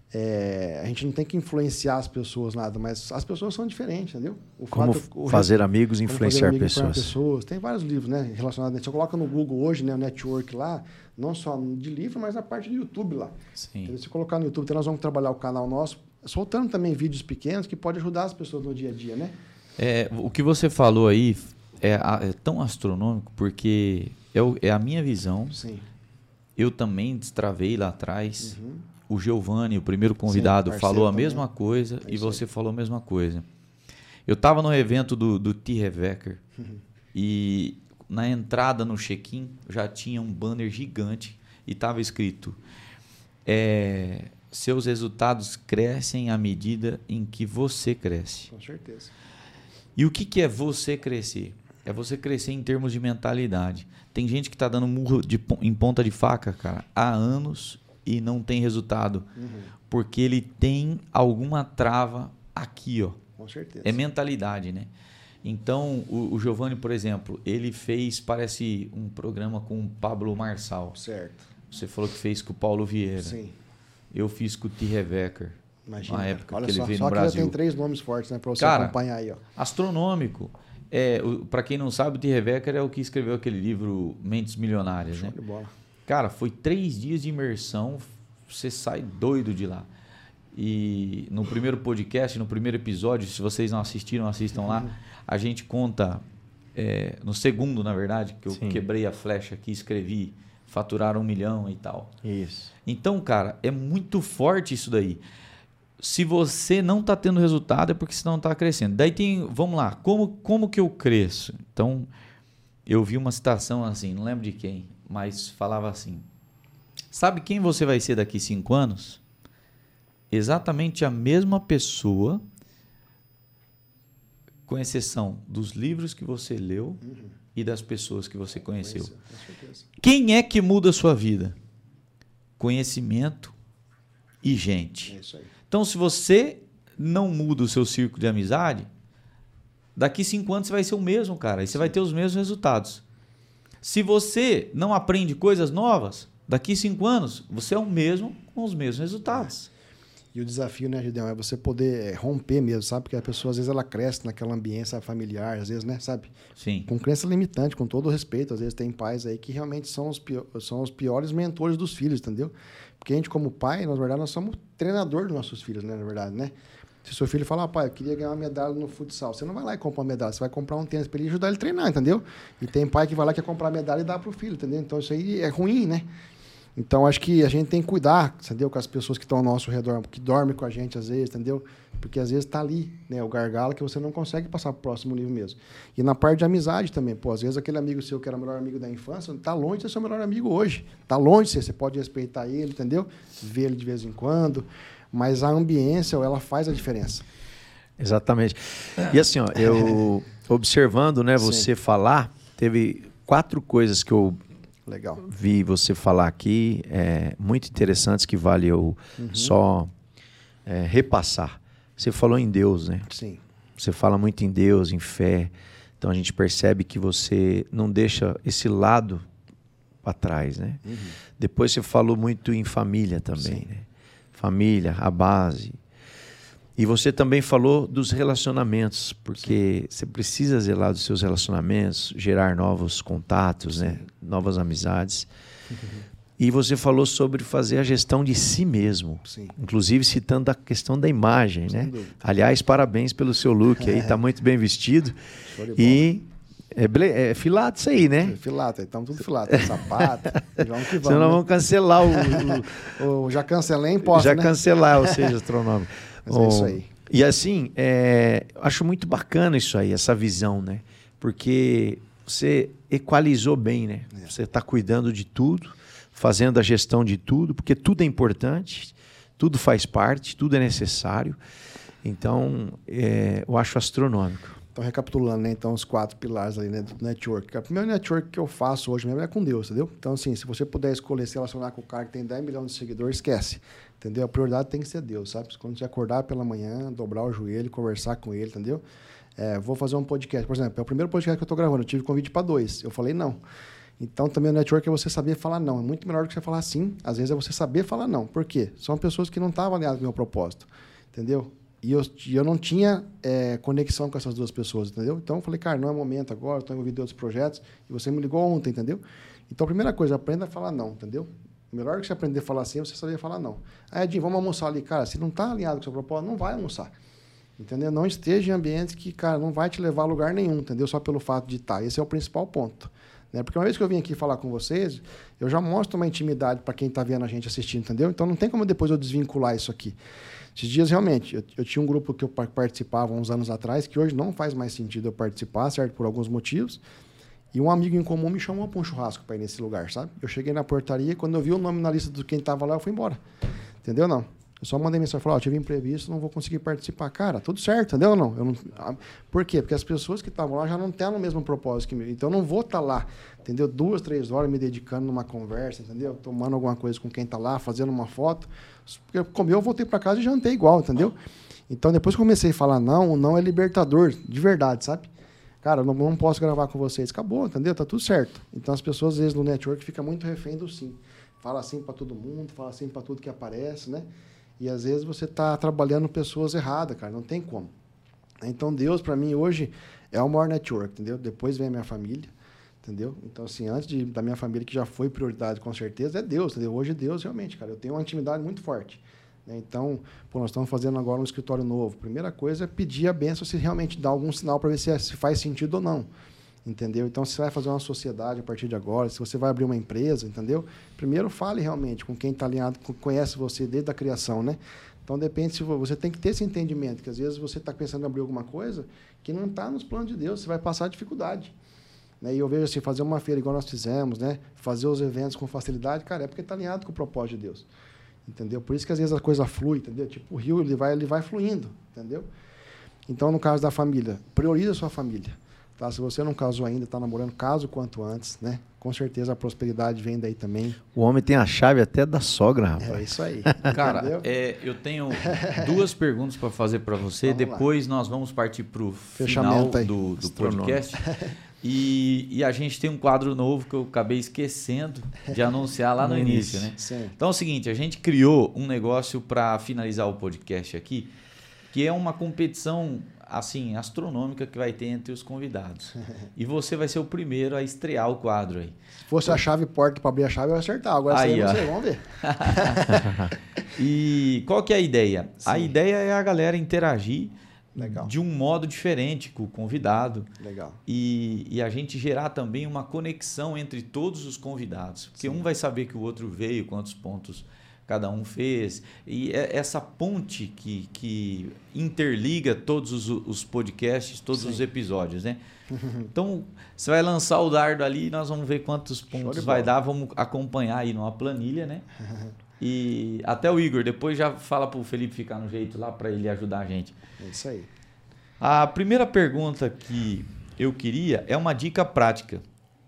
é, a gente não tem que influenciar as pessoas nada, mas as pessoas são diferentes, entendeu? O como fato, o fazer amigos e influenciar fazer pessoas. pessoas. Tem vários livros, né? Relacionados. Você coloca no Google hoje, né? O network lá, não só de livro, mas na parte do YouTube lá. Sim. Se você colocar no YouTube, então nós vamos trabalhar o canal nosso. soltando também vídeos pequenos que podem ajudar as pessoas no dia a dia, né? É, o que você falou aí é, é tão astronômico porque é, o, é a minha visão. Sim. Eu também destravei lá atrás. Uhum. O Giovanni, o primeiro convidado, Sim, falou a também. mesma coisa É e isso você aí. falou a mesma coisa. Eu estava no evento do, do T. Revecker Uhum. e na entrada no check-in já tinha um banner gigante e estava escrito é, seus resultados crescem à medida em que você cresce. Com certeza. E o que, que é você crescer? É você crescer em termos de mentalidade. Tem gente que está dando murro de, em ponta de faca, cara, há anos e não tem resultado. Uhum. Porque ele tem alguma trava aqui, ó. Com certeza. É mentalidade, né? Então, o, o Giovanni, por exemplo, ele fez, parece, um programa com o Pablo Marçal. Certo. Você falou que fez com o Paulo Vieira. Sim. Eu fiz com o T. Revecker. Imagina. Na Cara. época Olha que ele só, veio só no que já Brasil. tem três nomes fortes, né? Pra você Cara, acompanhar aí, ó. Astronômico. É, para quem não sabe, o T. Revecker é o que escreveu aquele livro Mentes Milionárias, Show né? de bola. Cara, foi três dias de imersão, você sai doido de lá. E no primeiro podcast, no primeiro episódio, se vocês não assistiram, assistam lá, a gente conta, é, no segundo, na verdade, que eu Sim. quebrei a flecha aqui, escrevi, faturaram um milhão e tal. Isso. Então, cara, é muito forte isso daí. Se você não está tendo resultado, é porque você não está crescendo. Daí tem, vamos lá, como, como que eu cresço? Então, eu vi uma citação assim, não lembro de quem, mas falava assim: sabe quem você vai ser daqui cinco anos? Exatamente a mesma pessoa, com exceção dos livros que você leu Uhum. e das pessoas que você conheceu. Conheceu, com certeza. Quem é que muda a sua vida? Conhecimento e gente. É isso aí. Então, se você não muda o seu círculo de amizade, daqui cinco anos você vai ser o mesmo, cara. E você vai ter os mesmos resultados. Se você não aprende coisas novas, daqui cinco anos você é o mesmo com os mesmos resultados. E o desafio, né, Gideão, é você poder romper mesmo, sabe? Porque a pessoa, às vezes, ela cresce naquela ambiência familiar, às vezes, né, sabe? Sim. Com crença limitante, com todo o respeito. Às vezes tem pais aí que realmente são os, pior, são os piores mentores dos filhos, entendeu? Porque a gente, como pai, na verdade, nós somos treinador dos nossos filhos, né, na verdade, né? Se seu filho falar, ah, pai, eu queria ganhar uma medalha no futsal, você não vai lá e comprar uma medalha, você vai comprar um tênis para ele ajudar ele a treinar, entendeu? E tem pai que vai lá e quer comprar a medalha e dá pro filho, entendeu? Então isso aí é ruim, né? Então acho que a gente tem que cuidar, entendeu? Com as pessoas que estão ao nosso redor, que dormem com a gente às vezes, entendeu? Porque às vezes está ali, né, o gargalo que você não consegue passar para o próximo nível mesmo. E na parte de amizade também, pô, às vezes aquele amigo seu que era o melhor amigo da infância, está longe de ser seu melhor amigo hoje. Está longe de ser, você pode respeitar ele, entendeu? Ver ele de vez em quando, mas a ambiência, ela faz a diferença. Exatamente. E assim, ó, eu observando, né, você Sim. falar, teve quatro coisas que eu Legal. vi você falar aqui, é, muito interessantes, que vale eu Uhum. só é, repassar. Você falou em Deus, né? Sim. Você fala muito em Deus, em fé. Então a gente percebe que você não deixa esse lado para trás, né? Uhum. Depois você falou muito em família também, Sim. né? Família, a base. E você também falou dos relacionamentos, porque Sim. você precisa zelar dos seus relacionamentos, gerar novos contatos, né? Novas amizades. Uhum. E você falou sobre fazer a gestão de si mesmo, Sim. inclusive citando a questão da imagem, Sem né? dúvida. Aliás, parabéns pelo seu look aí, está muito bem vestido. Show de bola. E é, ble... é filado isso aí, né? Filata, estamos tudo filado, tem sapato, vamos que vamos. Senão né? vamos cancelar o... o... Já cancelei em posse, Já né? cancelar, ou seja, astronômico. Mas é isso aí. E assim, é, acho muito bacana isso aí, essa visão, né? Porque você equalizou bem, né? É. Você está cuidando de tudo, fazendo a gestão de tudo, porque tudo é importante, tudo faz parte, tudo é necessário. Então, é, eu acho astronômico. Então, recapitulando, né? Então, os quatro pilares ali, né, do network. O primeiro network que eu faço hoje mesmo é com Deus, entendeu? Então, assim, se você puder escolher se relacionar com o cara que tem dez milhões de seguidores, esquece. Entendeu? A prioridade tem que ser Deus, sabe? Quando você acordar pela manhã, dobrar o joelho, conversar com ele, entendeu? É, vou fazer um podcast, por exemplo, é o primeiro podcast que eu estou gravando, eu tive convite para dois. Eu falei não. Então, também o network é você saber falar não. É muito melhor do que você falar sim. Às vezes é você saber falar não. Por quê? São pessoas que não estavam alinhadas com o meu propósito. Entendeu? E eu, eu não tinha é, conexão com essas duas pessoas, entendeu? Então, eu falei, cara, não é momento agora, estou envolvido em outros projetos, e você me ligou ontem, entendeu? Então, a primeira coisa, aprenda a falar não, entendeu? O melhor que você aprender a falar sim, é você saber falar não. Aí, Edinho, vamos almoçar ali. Cara, se não está alinhado com o seu propósito, não vai almoçar. Entendeu? Não esteja em ambientes que, cara, não vai te levar a lugar nenhum, entendeu? Só pelo fato de estar. Esse é o principal ponto. Né? Porque uma vez que eu vim aqui falar com vocês, eu já mostro uma intimidade para quem está vendo a gente assistindo, entendeu? Então não tem como depois eu desvincular isso aqui. Esses dias, realmente, eu, eu tinha um grupo que eu participava uns anos atrás, que hoje não faz mais sentido eu participar, certo? Por alguns motivos. E um amigo em comum me chamou para um churrasco para ir nesse lugar, sabe? Eu cheguei na portaria e quando eu vi o nome na lista de quem estava lá, eu fui embora. Entendeu? Não. Eu só mandei mensagem e falei, ó, oh, tive imprevisto, não vou conseguir participar. Cara, tudo certo, entendeu ou não? Eu não... Por quê? Porque as pessoas que estavam lá já não têm o mesmo propósito que eu. Então, eu não vou estar tá lá, entendeu? Duas, três horas me dedicando numa conversa, entendeu? Tomando alguma coisa com quem está lá, fazendo uma foto. Porque como eu voltei para casa e jantei igual, entendeu? Então, depois que eu comecei a falar não, o não é libertador, de verdade, sabe? Cara, eu não, não posso gravar com vocês. Acabou, entendeu? Tá tudo certo. Então, as pessoas, às vezes, no network, ficam muito refém do sim. Fala sim para todo mundo, fala sim para tudo que aparece, né? E, às vezes, você está trabalhando pessoas erradas, cara. Não tem como. Então, Deus, para mim, hoje, é o maior network, entendeu? Depois vem a minha família, entendeu? Então, assim, antes de, da minha família, que já foi prioridade, com certeza, é Deus, entendeu? Hoje, Deus, realmente, cara. Eu tenho uma intimidade muito forte. Né? Então, pô, nós estamos fazendo agora um escritório novo. Primeira coisa é pedir a bênção se realmente dá algum sinal para ver se, é, se faz sentido ou não. Entendeu? Então, se você vai fazer uma sociedade a partir de agora, se você vai abrir uma empresa, entendeu? Primeiro, fale realmente com quem está alinhado, conhece você desde a criação, né? Então, depende se você tem que ter esse entendimento, que às vezes você está pensando em abrir alguma coisa que não está nos planos de Deus, você vai passar dificuldade. Né? E eu vejo assim, fazer uma feira igual nós fizemos, né? Fazer os eventos com facilidade, cara, é porque está alinhado com o propósito de Deus. Entendeu? Por isso que às vezes a coisa flui, entendeu? Tipo, o rio, ele vai, ele vai fluindo, entendeu? Então, no caso da família, prioriza a sua família. Tá? Se você não casou ainda, está namorando, case o quanto antes, né? Com certeza a prosperidade vem daí também. O homem tem a chave até da sogra, rapaz. É isso aí. Cara, é, eu tenho duas perguntas para fazer para você. Vamos Depois lá. Nós vamos partir para o final do, do podcast. E, e a gente tem um quadro novo que eu acabei esquecendo de anunciar lá no, no início, né? Sim. Então é o seguinte, a gente criou um negócio para finalizar o podcast aqui, que é uma competição assim astronômica que vai ter entre os convidados. E você vai ser o primeiro a estrear o quadro aí. Se fosse a chave porta para abrir a chave, eu ia acertar. Agora aí, não sei, vamos ver. E qual que é a ideia? Sim. A ideia é a galera interagir Legal. De um modo diferente com o convidado. Legal. E, e a gente gerar também uma conexão entre todos os convidados. Porque Sim. um vai saber que o outro veio, quantos pontos cada um fez. E é essa ponte que, que interliga todos os, os podcasts, todos Sim. os episódios, né? Então, você vai lançar o dardo ali e nós vamos ver quantos pontos vai dar. Vamos acompanhar aí numa planilha, né? E até o Igor, depois já fala para o Felipe ficar no jeito lá para ele ajudar a gente. É isso aí. A primeira pergunta que eu queria é uma dica prática.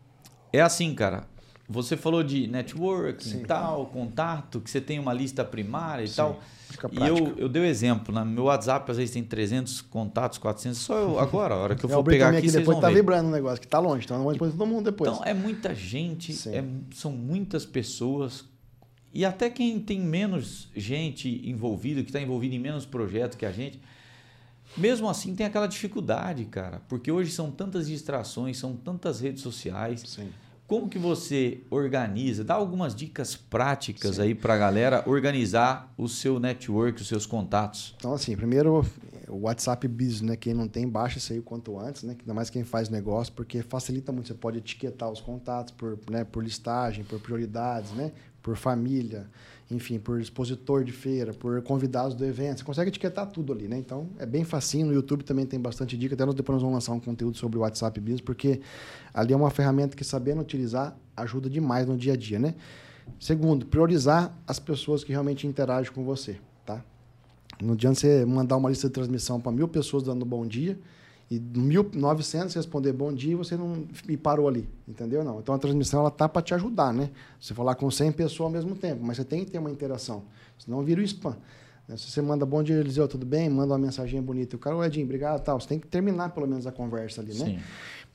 É assim, cara, você falou de networking e tal, contato, que você tem uma lista primária e Sim. tal. Dica e prática. eu, eu dei o exemplo, no meu WhatsApp às vezes tem trezentos contatos, quatrocentos, só eu agora, a hora que eu for pegar aqui, aqui vocês depois vão tá ver. vibrando o negócio, que tá longe, então não vou depois todo mundo depois. Então é muita gente, Sim. é, são muitas pessoas. E até quem tem menos gente envolvida, que está envolvido em menos projetos que a gente, mesmo assim tem aquela dificuldade, cara. Porque hoje são tantas distrações, são tantas redes sociais. Sim. Como que você organiza? Dá algumas dicas práticas Sim. aí para a galera organizar o seu network, os seus contatos. Então, assim, primeiro, o WhatsApp Business, né? Quem não tem, baixa isso aí o quanto antes, né? Ainda mais quem faz negócio, porque facilita muito. Você pode etiquetar os contatos por, né, por listagem, por prioridades, né? Por família, enfim, por expositor de feira, por convidados do evento. Você consegue etiquetar tudo ali, né? Então, é bem facinho. No YouTube também tem bastante dica. Até nós depois nós vamos lançar um conteúdo sobre o WhatsApp Business, porque ali é uma ferramenta que, sabendo utilizar, ajuda demais no dia a dia, né? Segundo, priorizar as pessoas que realmente interagem com você, tá? Não adianta você mandar uma lista de transmissão para mil pessoas dando bom dia e mil e novecentos responder bom dia e você não e parou ali, entendeu? Não. Então a transmissão ela tá para te ajudar, né? Você falar com cem pessoas ao mesmo tempo, mas você tem que ter uma interação, senão vira o spam. Né? Se você manda bom dia, Eliseu, tudo bem? Manda uma mensagem bonita, e o cara, ô Edinho, obrigado, tal. Você tem que terminar pelo menos a conversa ali, né? Sim.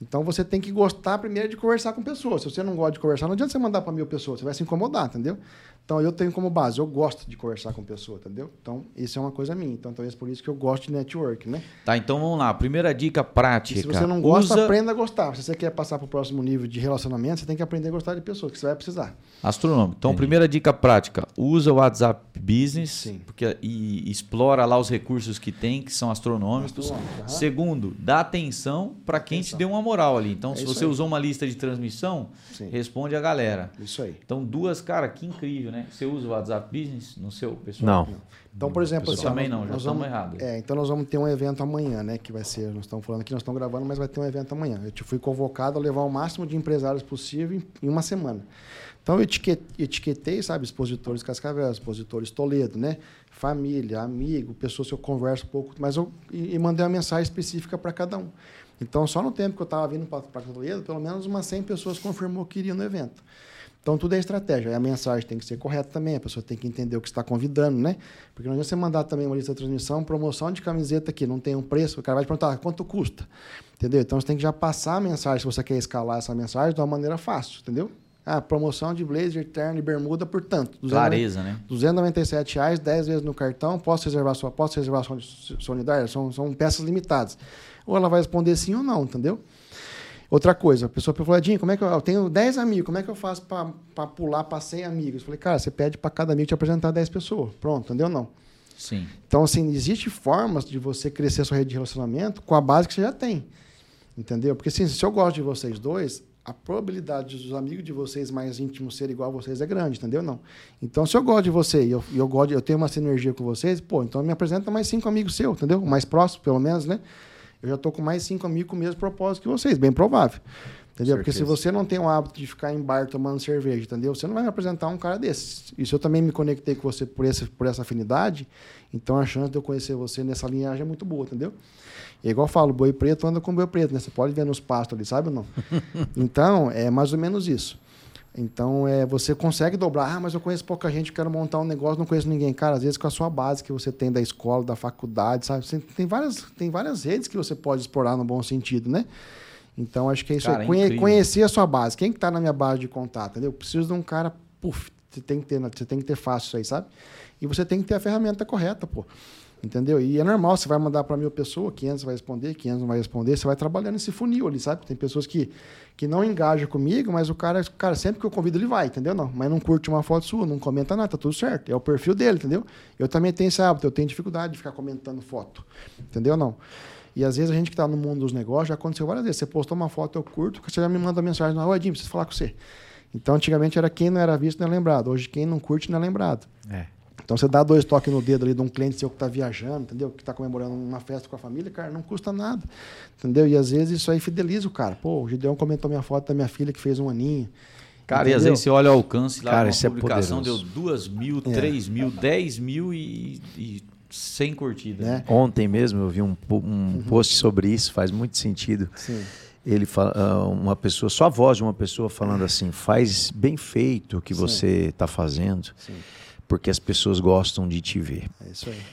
Então você tem que gostar primeiro de conversar com pessoas. Se você não gosta de conversar, não adianta você mandar para mil pessoas, você vai se incomodar, entendeu? Então eu tenho como base, eu gosto de conversar com pessoa, entendeu? Então isso é uma coisa minha. Então talvez por isso que eu gosto de network, né? Tá, então vamos lá. Primeira dica prática. E se você não gosta, usa... aprenda a gostar. Se você quer passar para o próximo nível de relacionamento, você tem que aprender a gostar de pessoas, que você vai precisar. Astronômico. Então, Entendi. Primeira dica prática, usa o WhatsApp Business. Sim. Porque, e explora lá os recursos que tem, que são astronômicos. Uhum. Segundo, dá atenção para quem atenção. te deu uma moral ali. Então, é se você aí. usou uma lista de transmissão, Sim. responde a galera. Isso aí. Então, duas, cara, que incrível, né? Você usa o WhatsApp Business no seu pessoal? Não. Então, por exemplo, eu assim, também nós, não, já nós estamos vamos, errados. É, então nós vamos ter um evento amanhã, né? Que vai ser, nós estamos falando aqui, nós estamos gravando, mas vai ter um evento amanhã. Eu te fui convocado a levar o máximo de empresários possível em, em uma semana. Então eu etiquetei, etiquetei, sabe, expositores Cascavel, expositores Toledo, né? Família, amigo, pessoas que eu converso um pouco, mas eu e, e mandei uma mensagem específica para cada um. Então, só no tempo que eu estava vindo para Toledo, pelo menos umas cem pessoas confirmou que iriam no evento. Então, tudo é estratégia. A mensagem tem que ser correta também, a pessoa tem que entender o que está convidando, né? Porque não adianta você mandar também uma lista de transmissão, promoção de camiseta aqui, não tem um preço, o cara vai te perguntar quanto custa, entendeu? Então, você tem que já passar a mensagem, se você quer escalar essa mensagem, de uma maneira fácil, entendeu? Ah, promoção de blazer, terno e bermuda por tanto. Clareza, né? duzentos e noventa e sete reais, dez vezes no cartão, posso reservar sua, posso reservar sua, sua unidade? São, são peças limitadas. Ou ela vai responder sim ou não, entendeu? Outra coisa, a pessoa falou, Edinho, como é que eu, eu tenho dez amigos, como é que eu faço para pular para cem amigos? Eu falei, cara, você pede para cada amigo te apresentar dez pessoas. Pronto, entendeu? Não. Sim. Então, assim, existe formas de você crescer a sua rede de relacionamento com a base que você já tem. Entendeu? Porque, assim, se eu gosto de vocês dois, a probabilidade dos amigos de vocês mais íntimos serem igual a vocês é grande, entendeu? Não. Então, se eu gosto de você e eu, eu, gosto de, eu tenho uma sinergia com vocês, pô, então me apresenta mais cinco amigos seus, entendeu? Mais próximos, pelo menos, né? Eu já estou com mais cinco amigos com o mesmo propósito que vocês, bem provável. Entendeu? Porque se você não tem o hábito de ficar em bar tomando cerveja, entendeu? Você não vai me apresentar um cara desses. E se eu também me conectei com você por, esse, por essa afinidade, então a chance de eu conhecer você nessa linhagem é muito boa, entendeu? É igual eu falo, boi preto anda com boi preto, né? Você pode ver nos pastos ali, sabe ou não? Então, é mais ou menos isso. Então, é, você consegue dobrar, ah, mas eu conheço pouca gente, eu quero montar um negócio, não conheço ninguém. Cara, às vezes com a sua base que você tem da escola, da faculdade, sabe? Você tem várias, tem várias redes que você pode explorar no bom sentido, né? Então, acho que é isso cara, aí. É Conhe- conhecer a sua base. Quem que está na minha base de contato, entendeu? Eu preciso de um cara, puf, você tem que ter, você tem que ter fácil isso aí, sabe? E você tem que ter a ferramenta correta, pô. Entendeu? E é normal, você vai mandar para mil pessoas, quinhentos vai responder, quinhentos não vai responder, você vai trabalhando esse funil ali, sabe? Tem pessoas que, que não engajam comigo, mas o cara, cara, sempre que eu convido, ele vai, entendeu? Não, mas não curte uma foto sua, não comenta nada, tá tudo certo. É o perfil dele, entendeu? Eu também tenho esse hábito, eu tenho dificuldade de ficar comentando foto, entendeu? Não. E às vezes a gente que está no mundo dos negócios, já aconteceu várias vezes, você postou uma foto, eu curto, você já me manda mensagem, ô Edinho, preciso falar com você. Então, antigamente era quem não era visto não é lembrado, hoje quem não curte não é lembrado. É. Então, você dá dois toques no dedo ali de um cliente seu que está viajando, entendeu? Que está comemorando uma festa com a família, cara, não custa nada, entendeu? E às vezes isso aí fideliza o cara. Pô, o Gideon comentou minha foto da minha filha que fez um aninho. Cara, entendeu? E às vezes você olha o alcance lá, cara, uma publicação é deu duas mil, três mil, dez mil e, e cem curtidas. Né? Ontem mesmo eu vi um, um Uhum. post sobre isso, faz muito sentido. Sim. Ele fala, uma pessoa, só a voz de uma pessoa falando assim, faz bem feito o que Sim. você está fazendo. Sim. Porque as pessoas gostam de te ver. É isso aí.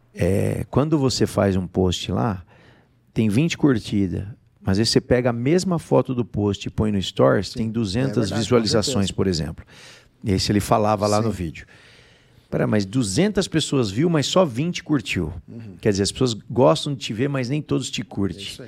É, quando você faz um post lá, tem vinte curtidas, mas aí você pega a mesma foto do post e põe no Stories, Sim. tem duzentas É verdade, visualizações, por exemplo. Esse ele falava lá Sim. no vídeo. Pera, mas duzentas pessoas viu, mas só vinte curtiu. Uhum. Quer dizer, as pessoas gostam de te ver, mas nem todos te É curtem. isso aí.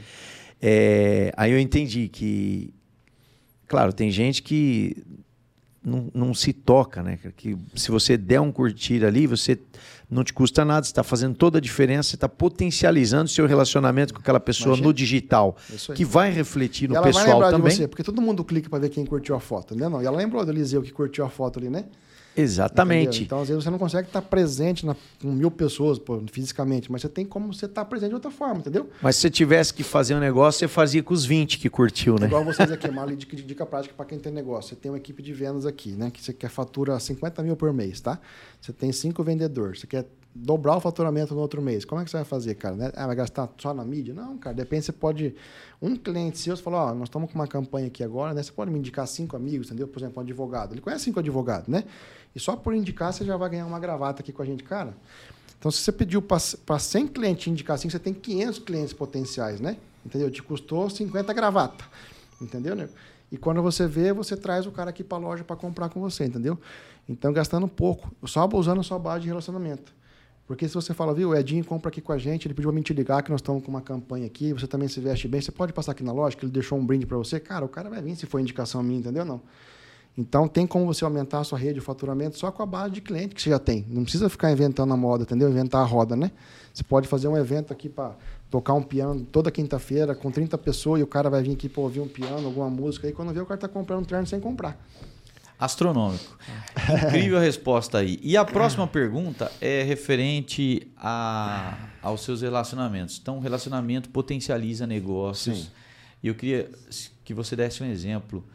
É, aí eu entendi que, claro, tem gente que não, não se toca, né? Que se você der um curtir ali, você não te custa nada, você está fazendo toda a diferença, você está potencializando o seu relacionamento com aquela pessoa Imagina. no digital, Isso aí. que vai refletir E no ela vai pessoal lembrar também. de você, porque todo mundo clica para ver quem curtiu a foto, né? Não, e ela lembrou do Eliseu que curtiu a foto ali, né? Exatamente. Entendeu? Então, às vezes, você não consegue estar presente na, com mil pessoas, pô, fisicamente, mas você tem como você estar presente de outra forma, entendeu? Mas se você tivesse que fazer um negócio, você fazia com os vinte que curtiu, né? Igual vocês aqui, uma dica, dica prática para quem tem negócio. Você tem uma equipe de vendas aqui, né? Que você quer fatura cinquenta mil por mês, tá? Você tem cinco vendedores, você quer dobrar o faturamento no outro mês. Como é que você vai fazer, cara? Né? Ah, vai gastar só na mídia? Não, cara. De repente você pode... Um cliente seu, você fala, ó, nós estamos com uma campanha aqui agora, né? Você pode me indicar cinco amigos, entendeu? Por exemplo, um advogado. Ele conhece cinco advogados, né? E só por indicar, você já vai ganhar uma gravata aqui com a gente, cara. Então, se você pediu para cem clientes indicar cinco, você tem quinhentos clientes potenciais, né? entendeu? Te custou cinquenta gravatas, entendeu, nego? E quando você vê, você traz o cara aqui para a loja para comprar com você, entendeu? Então, gastando pouco, só usando a sua base de relacionamento. Porque se você fala, viu, o Edinho compra aqui com a gente, ele pediu para mim te ligar que nós estamos com uma campanha aqui, você também se veste bem, você pode passar aqui na loja que ele deixou um brinde para você? Cara, o cara vai vir se for indicação minha, entendeu? Não. Então, tem como você aumentar a sua rede de faturamento só com a base de cliente que você já tem. Não precisa ficar inventando a moda, entendeu? Inventar a roda, né? Você pode fazer um evento aqui para tocar um piano toda quinta-feira com trinta pessoas e o cara vai vir aqui para ouvir um piano, alguma música, e quando vê o cara está comprando um terno sem comprar. Astronômico. Incrível a resposta aí. E a próxima pergunta é referente a, aos seus relacionamentos. Então, relacionamento potencializa negócios. Sim. E eu queria que você desse um exemplo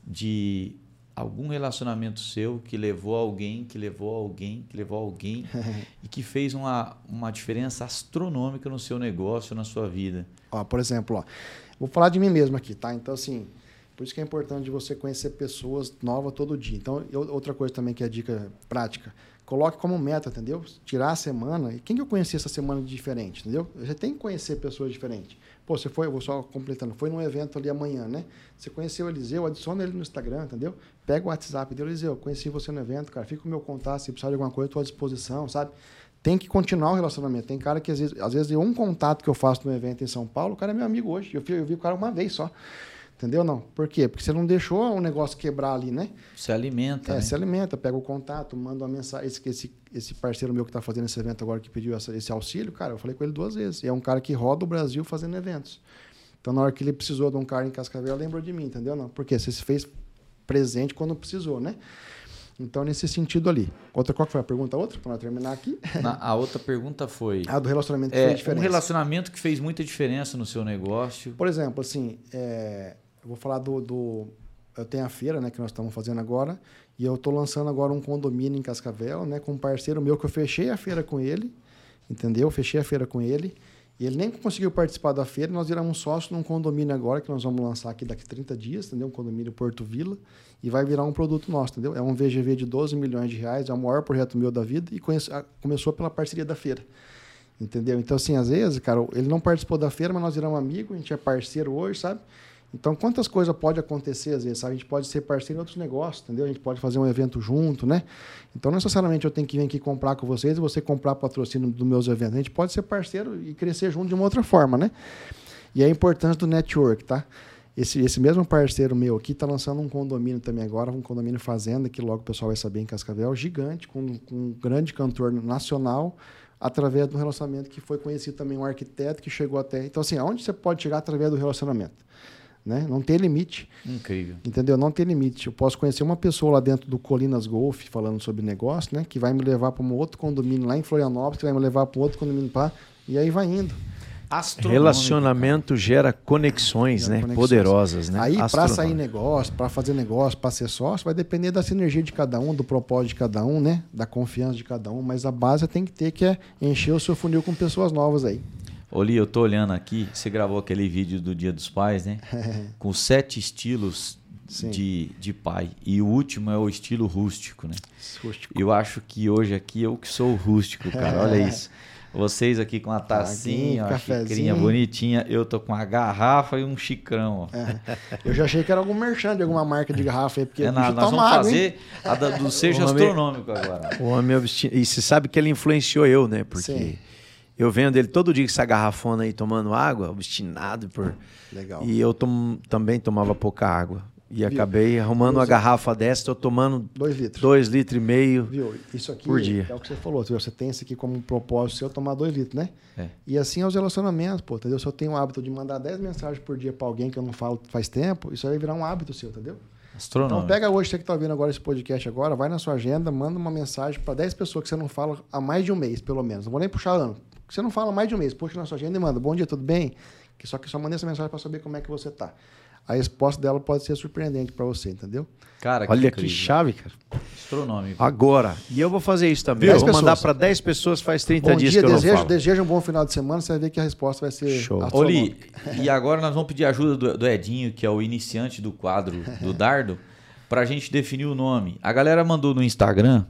de algum relacionamento seu que levou alguém, que levou alguém, que levou alguém e que fez uma, uma diferença astronômica no seu negócio, na sua vida. Ó, por exemplo, ó, vou falar de mim mesmo aqui, tá? Então, assim, por isso que é importante você conhecer pessoas novas todo dia. Então, eu, outra coisa também que é dica prática, coloque como meta, entendeu? Tirar a semana. E quem que eu conheci essa semana de diferente, entendeu? Você tem que conhecer pessoas diferentes. Pô, você foi, eu vou só completando, foi num evento ali amanhã, né? Você conheceu o Eliseu, adiciona ele no Instagram, entendeu? Pega o WhatsApp dele, Eliseu, conheci você no evento, cara, fica com o meu contato, se precisar de alguma coisa, estou à disposição, sabe? Tem que continuar o relacionamento. Tem cara que, às vezes, às vezes, um contato que eu faço no evento em São Paulo, o cara é meu amigo hoje. Eu vi, eu vi o cara uma vez só. Entendeu? Não. Por quê? Porque você não deixou o negócio quebrar ali, né? Se alimenta. É, né? se alimenta, pega o contato, manda uma mensagem. Esse, esse, esse parceiro meu que está fazendo esse evento agora, que pediu essa, esse auxílio, cara, eu falei com ele duas vezes. E é um cara que roda o Brasil fazendo eventos. Então, na hora que ele precisou de um cara em Cascavel, lembrou de mim, entendeu? Não. Por quê? Você se fez presente quando precisou, né? Então, nesse sentido ali. Outra, qual que foi a pergunta? Outra, para nós terminar aqui. Na, a outra pergunta foi... A do relacionamento que é, fez diferença. Um relacionamento que fez muita diferença no seu negócio. Por exemplo, assim, é, eu vou falar do, do... Eu tenho a feira, né, que nós estamos fazendo agora, e eu estou lançando agora um condomínio em Cascavel, né, com um parceiro meu que eu fechei a feira com ele, entendeu? Fechei a feira com ele, e ele nem conseguiu participar da feira, nós viramos sócio num condomínio agora, que nós vamos lançar aqui daqui a trinta dias, entendeu? Um condomínio Porto Vila, e vai virar um produto nosso, entendeu? É um V G V de doze milhões de reais, é o maior projeto meu da vida, e conhece, começou pela parceria da feira. Entendeu? Então, assim, às vezes, cara, ele não participou da feira, mas nós viramos amigos, a gente é parceiro hoje, sabe? Então, quantas coisas pode acontecer, às vezes, sabe? A gente pode ser parceiro em outros negócios, entendeu? A gente pode fazer um evento junto, né? Então, não necessariamente eu tenho que vir aqui comprar com vocês e você comprar patrocínio dos meus eventos. A gente pode ser parceiro e crescer junto de uma outra forma, né? E é a importância do network, tá? Esse, esse mesmo parceiro meu aqui está lançando um condomínio também agora, um condomínio fazenda, que logo o pessoal vai saber em Cascavel, gigante, com, com um grande cantor nacional, através de um relacionamento que foi conhecido também um arquiteto que chegou até... Então, assim, aonde você pode chegar através do relacionamento? Né? Não tem limite. Incrível. Entendeu? Não tem limite. Eu posso conhecer uma pessoa lá dentro do Colinas Golf, falando sobre negócio, né? Que vai me levar para um outro condomínio lá em Florianópolis, que vai me levar para um outro condomínio para... E aí vai indo. Relacionamento cara. gera conexões, gera né? Conexões. Poderosas, né? Aí, para sair negócio, para fazer negócio, para ser sócio, vai depender da sinergia de cada um, do propósito de cada um, né? Da confiança de cada um. Mas a base tem que ter, que é encher o seu funil com pessoas novas aí. Oli, eu tô olhando aqui, você gravou aquele vídeo do Dia dos Pais, né? Com sete estilos de, de pai. E o último é o estilo rústico, né? Rústico. Eu acho que hoje aqui eu que sou o rústico, cara. Olha isso. Vocês aqui com a tacinha, a xicrinha bonitinha. Eu tô com a garrafa e um xicrão. Ó. É. Eu já achei que era algum merchan de alguma marca de garrafa aí. Porque é nada, nós vamos água, fazer hein? a da, do Seja Astronômico agora. O homem obstinado. E você sabe que ele influenciou eu, né? Porque... Sim. Eu vendo ele todo dia com essa garrafona aí tomando água, obstinado por... Legal. E eu tom... também tomava pouca água. E Viu? acabei arrumando Viu? uma garrafa dessa, estou tomando dois litros. Dois litros e meio Viu? Isso aqui por dia. É o que você falou. Você tem isso aqui como um propósito seu, tomar dois litros, né? É. E assim é os relacionamentos, pô, entendeu? Se eu tenho o hábito de mandar dez mensagens por dia para alguém que eu não falo faz tempo, isso aí vai virar um hábito seu, entendeu? Astronômico. Então pega hoje, você que está ouvindo agora esse podcast agora, vai na sua agenda, manda uma mensagem para dez pessoas que você não fala há mais de um mês, pelo menos. Não vou nem puxar ano. Você não fala mais de um mês, puxa na sua agenda e manda, bom dia, tudo bem? Que só que só manda essa mensagem para saber como é que você tá. A resposta dela pode ser surpreendente para você, entendeu? Cara, olha que, que chave, cara. Astronômico. Agora, e eu vou fazer isso também. Eu vou pessoas. mandar para dez pessoas faz trinta bom dias dia, que eu desejo, não falo. Deseja um bom final de semana, você vai ver que a resposta vai ser show. Oli, e agora nós vamos pedir a ajuda do, do Edinho, que é o iniciante do quadro do Dardo, para a gente definir o nome. A galera mandou no Instagram...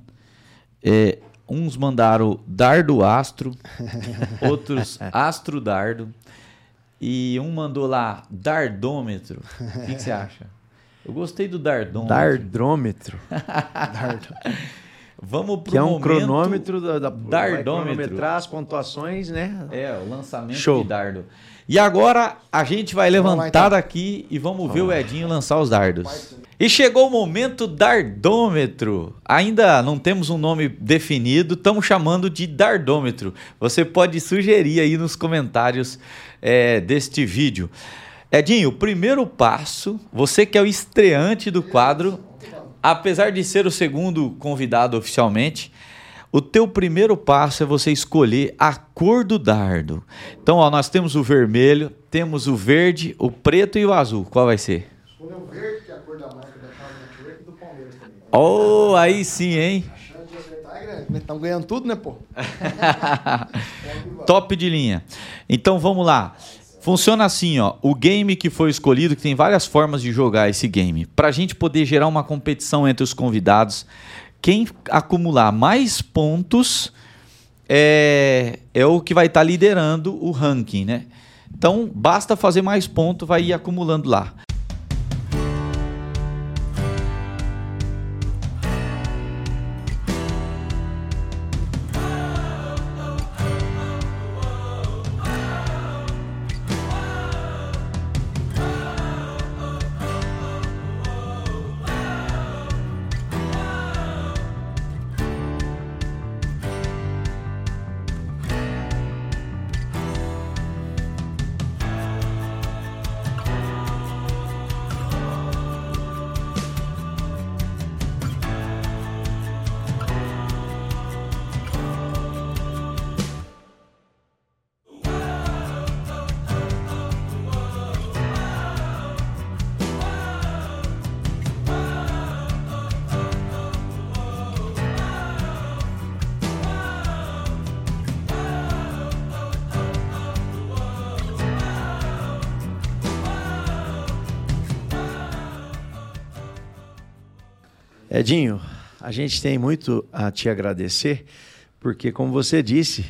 É, uns mandaram Dardo Astro, outros Astro Dardo. E um mandou lá, dardômetro. O que, que você acha? Eu gostei do dardômetro. Dardômetro. Vamos pro que é um momento cronômetro da, da dardômetro. cronometrar as pontuações, né? É, o lançamento Show. de dardo. E agora a gente vai levantar lá, então. daqui e vamos ver oh. o Edinho lançar os dardos. E chegou o momento dardômetro. Ainda não temos um nome definido, estamos chamando de dardômetro. Você pode sugerir aí nos comentários é, deste vídeo. Edinho, o primeiro passo, você que é o estreante do quadro, apesar de ser o segundo convidado oficialmente, o teu primeiro passo é você escolher a cor do dardo. Então, ó, nós temos o vermelho, temos o verde, o preto e o azul. Qual vai ser? Escolher o verde, que é a cor da marca da Casa Network e do Palmeiras também. Oh, aí sim, hein? A chance de acertar é grande. Estão ganhando tudo, né, pô? Top de linha. Então, vamos lá. Funciona assim, ó, o game que foi escolhido, que tem várias formas de jogar esse game. Para a gente poder gerar uma competição entre os convidados, quem acumular mais pontos é, é o que vai estar tá liderando o ranking, né? Então, basta fazer mais pontos, vai ir acumulando lá. Edinho, a gente tem muito a te agradecer, porque, como você disse,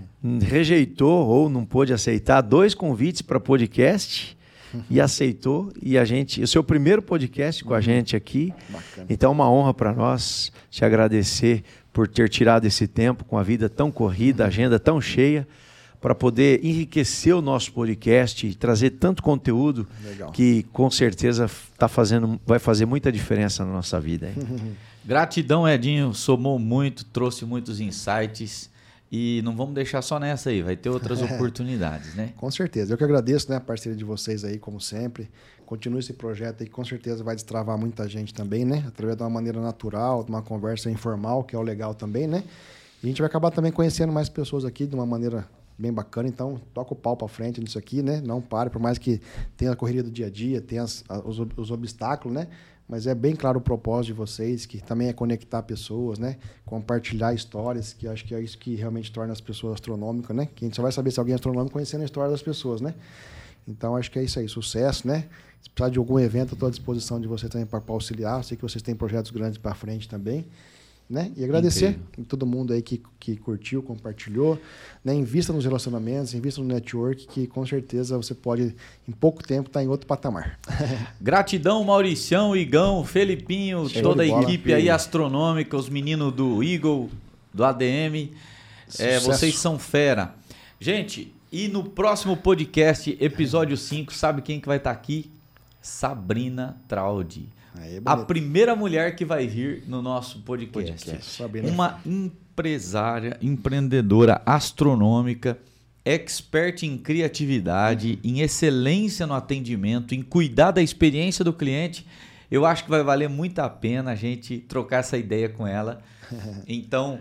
rejeitou ou não pôde aceitar dois convites para podcast e aceitou. E a gente, o seu primeiro podcast com a gente aqui. Bacana. Então, é uma honra para nós te agradecer por ter tirado esse tempo com a vida tão corrida, a agenda tão cheia, para poder enriquecer o nosso podcast e trazer tanto conteúdo. Legal. Que com certeza tá fazendo, vai fazer muita diferença na nossa vida. Hein? Gratidão, Edinho, somou muito, trouxe muitos insights e não vamos deixar só nessa aí, vai ter outras oportunidades, né? Com certeza, eu que agradeço, né, a parceria de vocês aí, como sempre. Continue esse projeto aí, com certeza vai destravar muita gente também, né? Através de uma maneira natural, de uma conversa informal, que é o legal também, né? E a gente vai acabar também conhecendo mais pessoas aqui de uma maneira bem bacana, então toca o pau para frente nisso aqui, né? Não pare, por mais que tenha a correria do dia a dia, tenha as, os, os obstáculos, né? Mas é bem claro o propósito de vocês, que também é conectar pessoas, né? Compartilhar histórias, que eu acho que é isso que realmente torna as pessoas astronômicas, né? Que a gente só vai saber se alguém é astronômico conhecendo a história das pessoas, né? Então, acho que é isso aí, sucesso, né? Se precisar de algum evento, eu estou à disposição de vocês também para auxiliar. Eu sei que vocês têm projetos grandes para frente também. Né? E agradecer a todo mundo aí que, que curtiu, compartilhou, né? Invista nos relacionamentos, invista no network, que com certeza você pode, em pouco tempo, estar em outro patamar. Gratidão, Mauricião, Igão, Felipinho, Show toda a bola, equipe aí astronômica, os meninos do Eagle, do A D M. É, vocês são fera. Gente, e no próximo podcast, episódio cinco, sabe quem que vai estar aqui? Sabrina Traudy. Aí, a primeira mulher que vai vir no nosso podcast. podcast. Uma empresária, empreendedora astronômica, expert em criatividade, em excelência no atendimento, em cuidar da experiência do cliente. Eu acho que vai valer muito a pena a gente trocar essa ideia com ela. Então,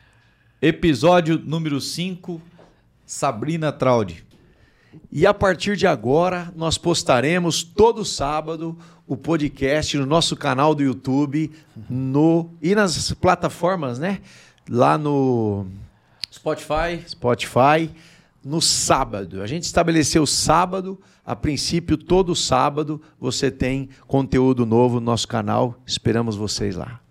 episódio número cinco, Sabrina Traudy. E a partir de agora, nós postaremos todo sábado o podcast no nosso canal do YouTube no, e nas plataformas, né? Lá no Spotify. Spotify, no sábado. A gente estabeleceu sábado, a princípio, todo sábado você tem conteúdo novo no nosso canal. Esperamos vocês lá.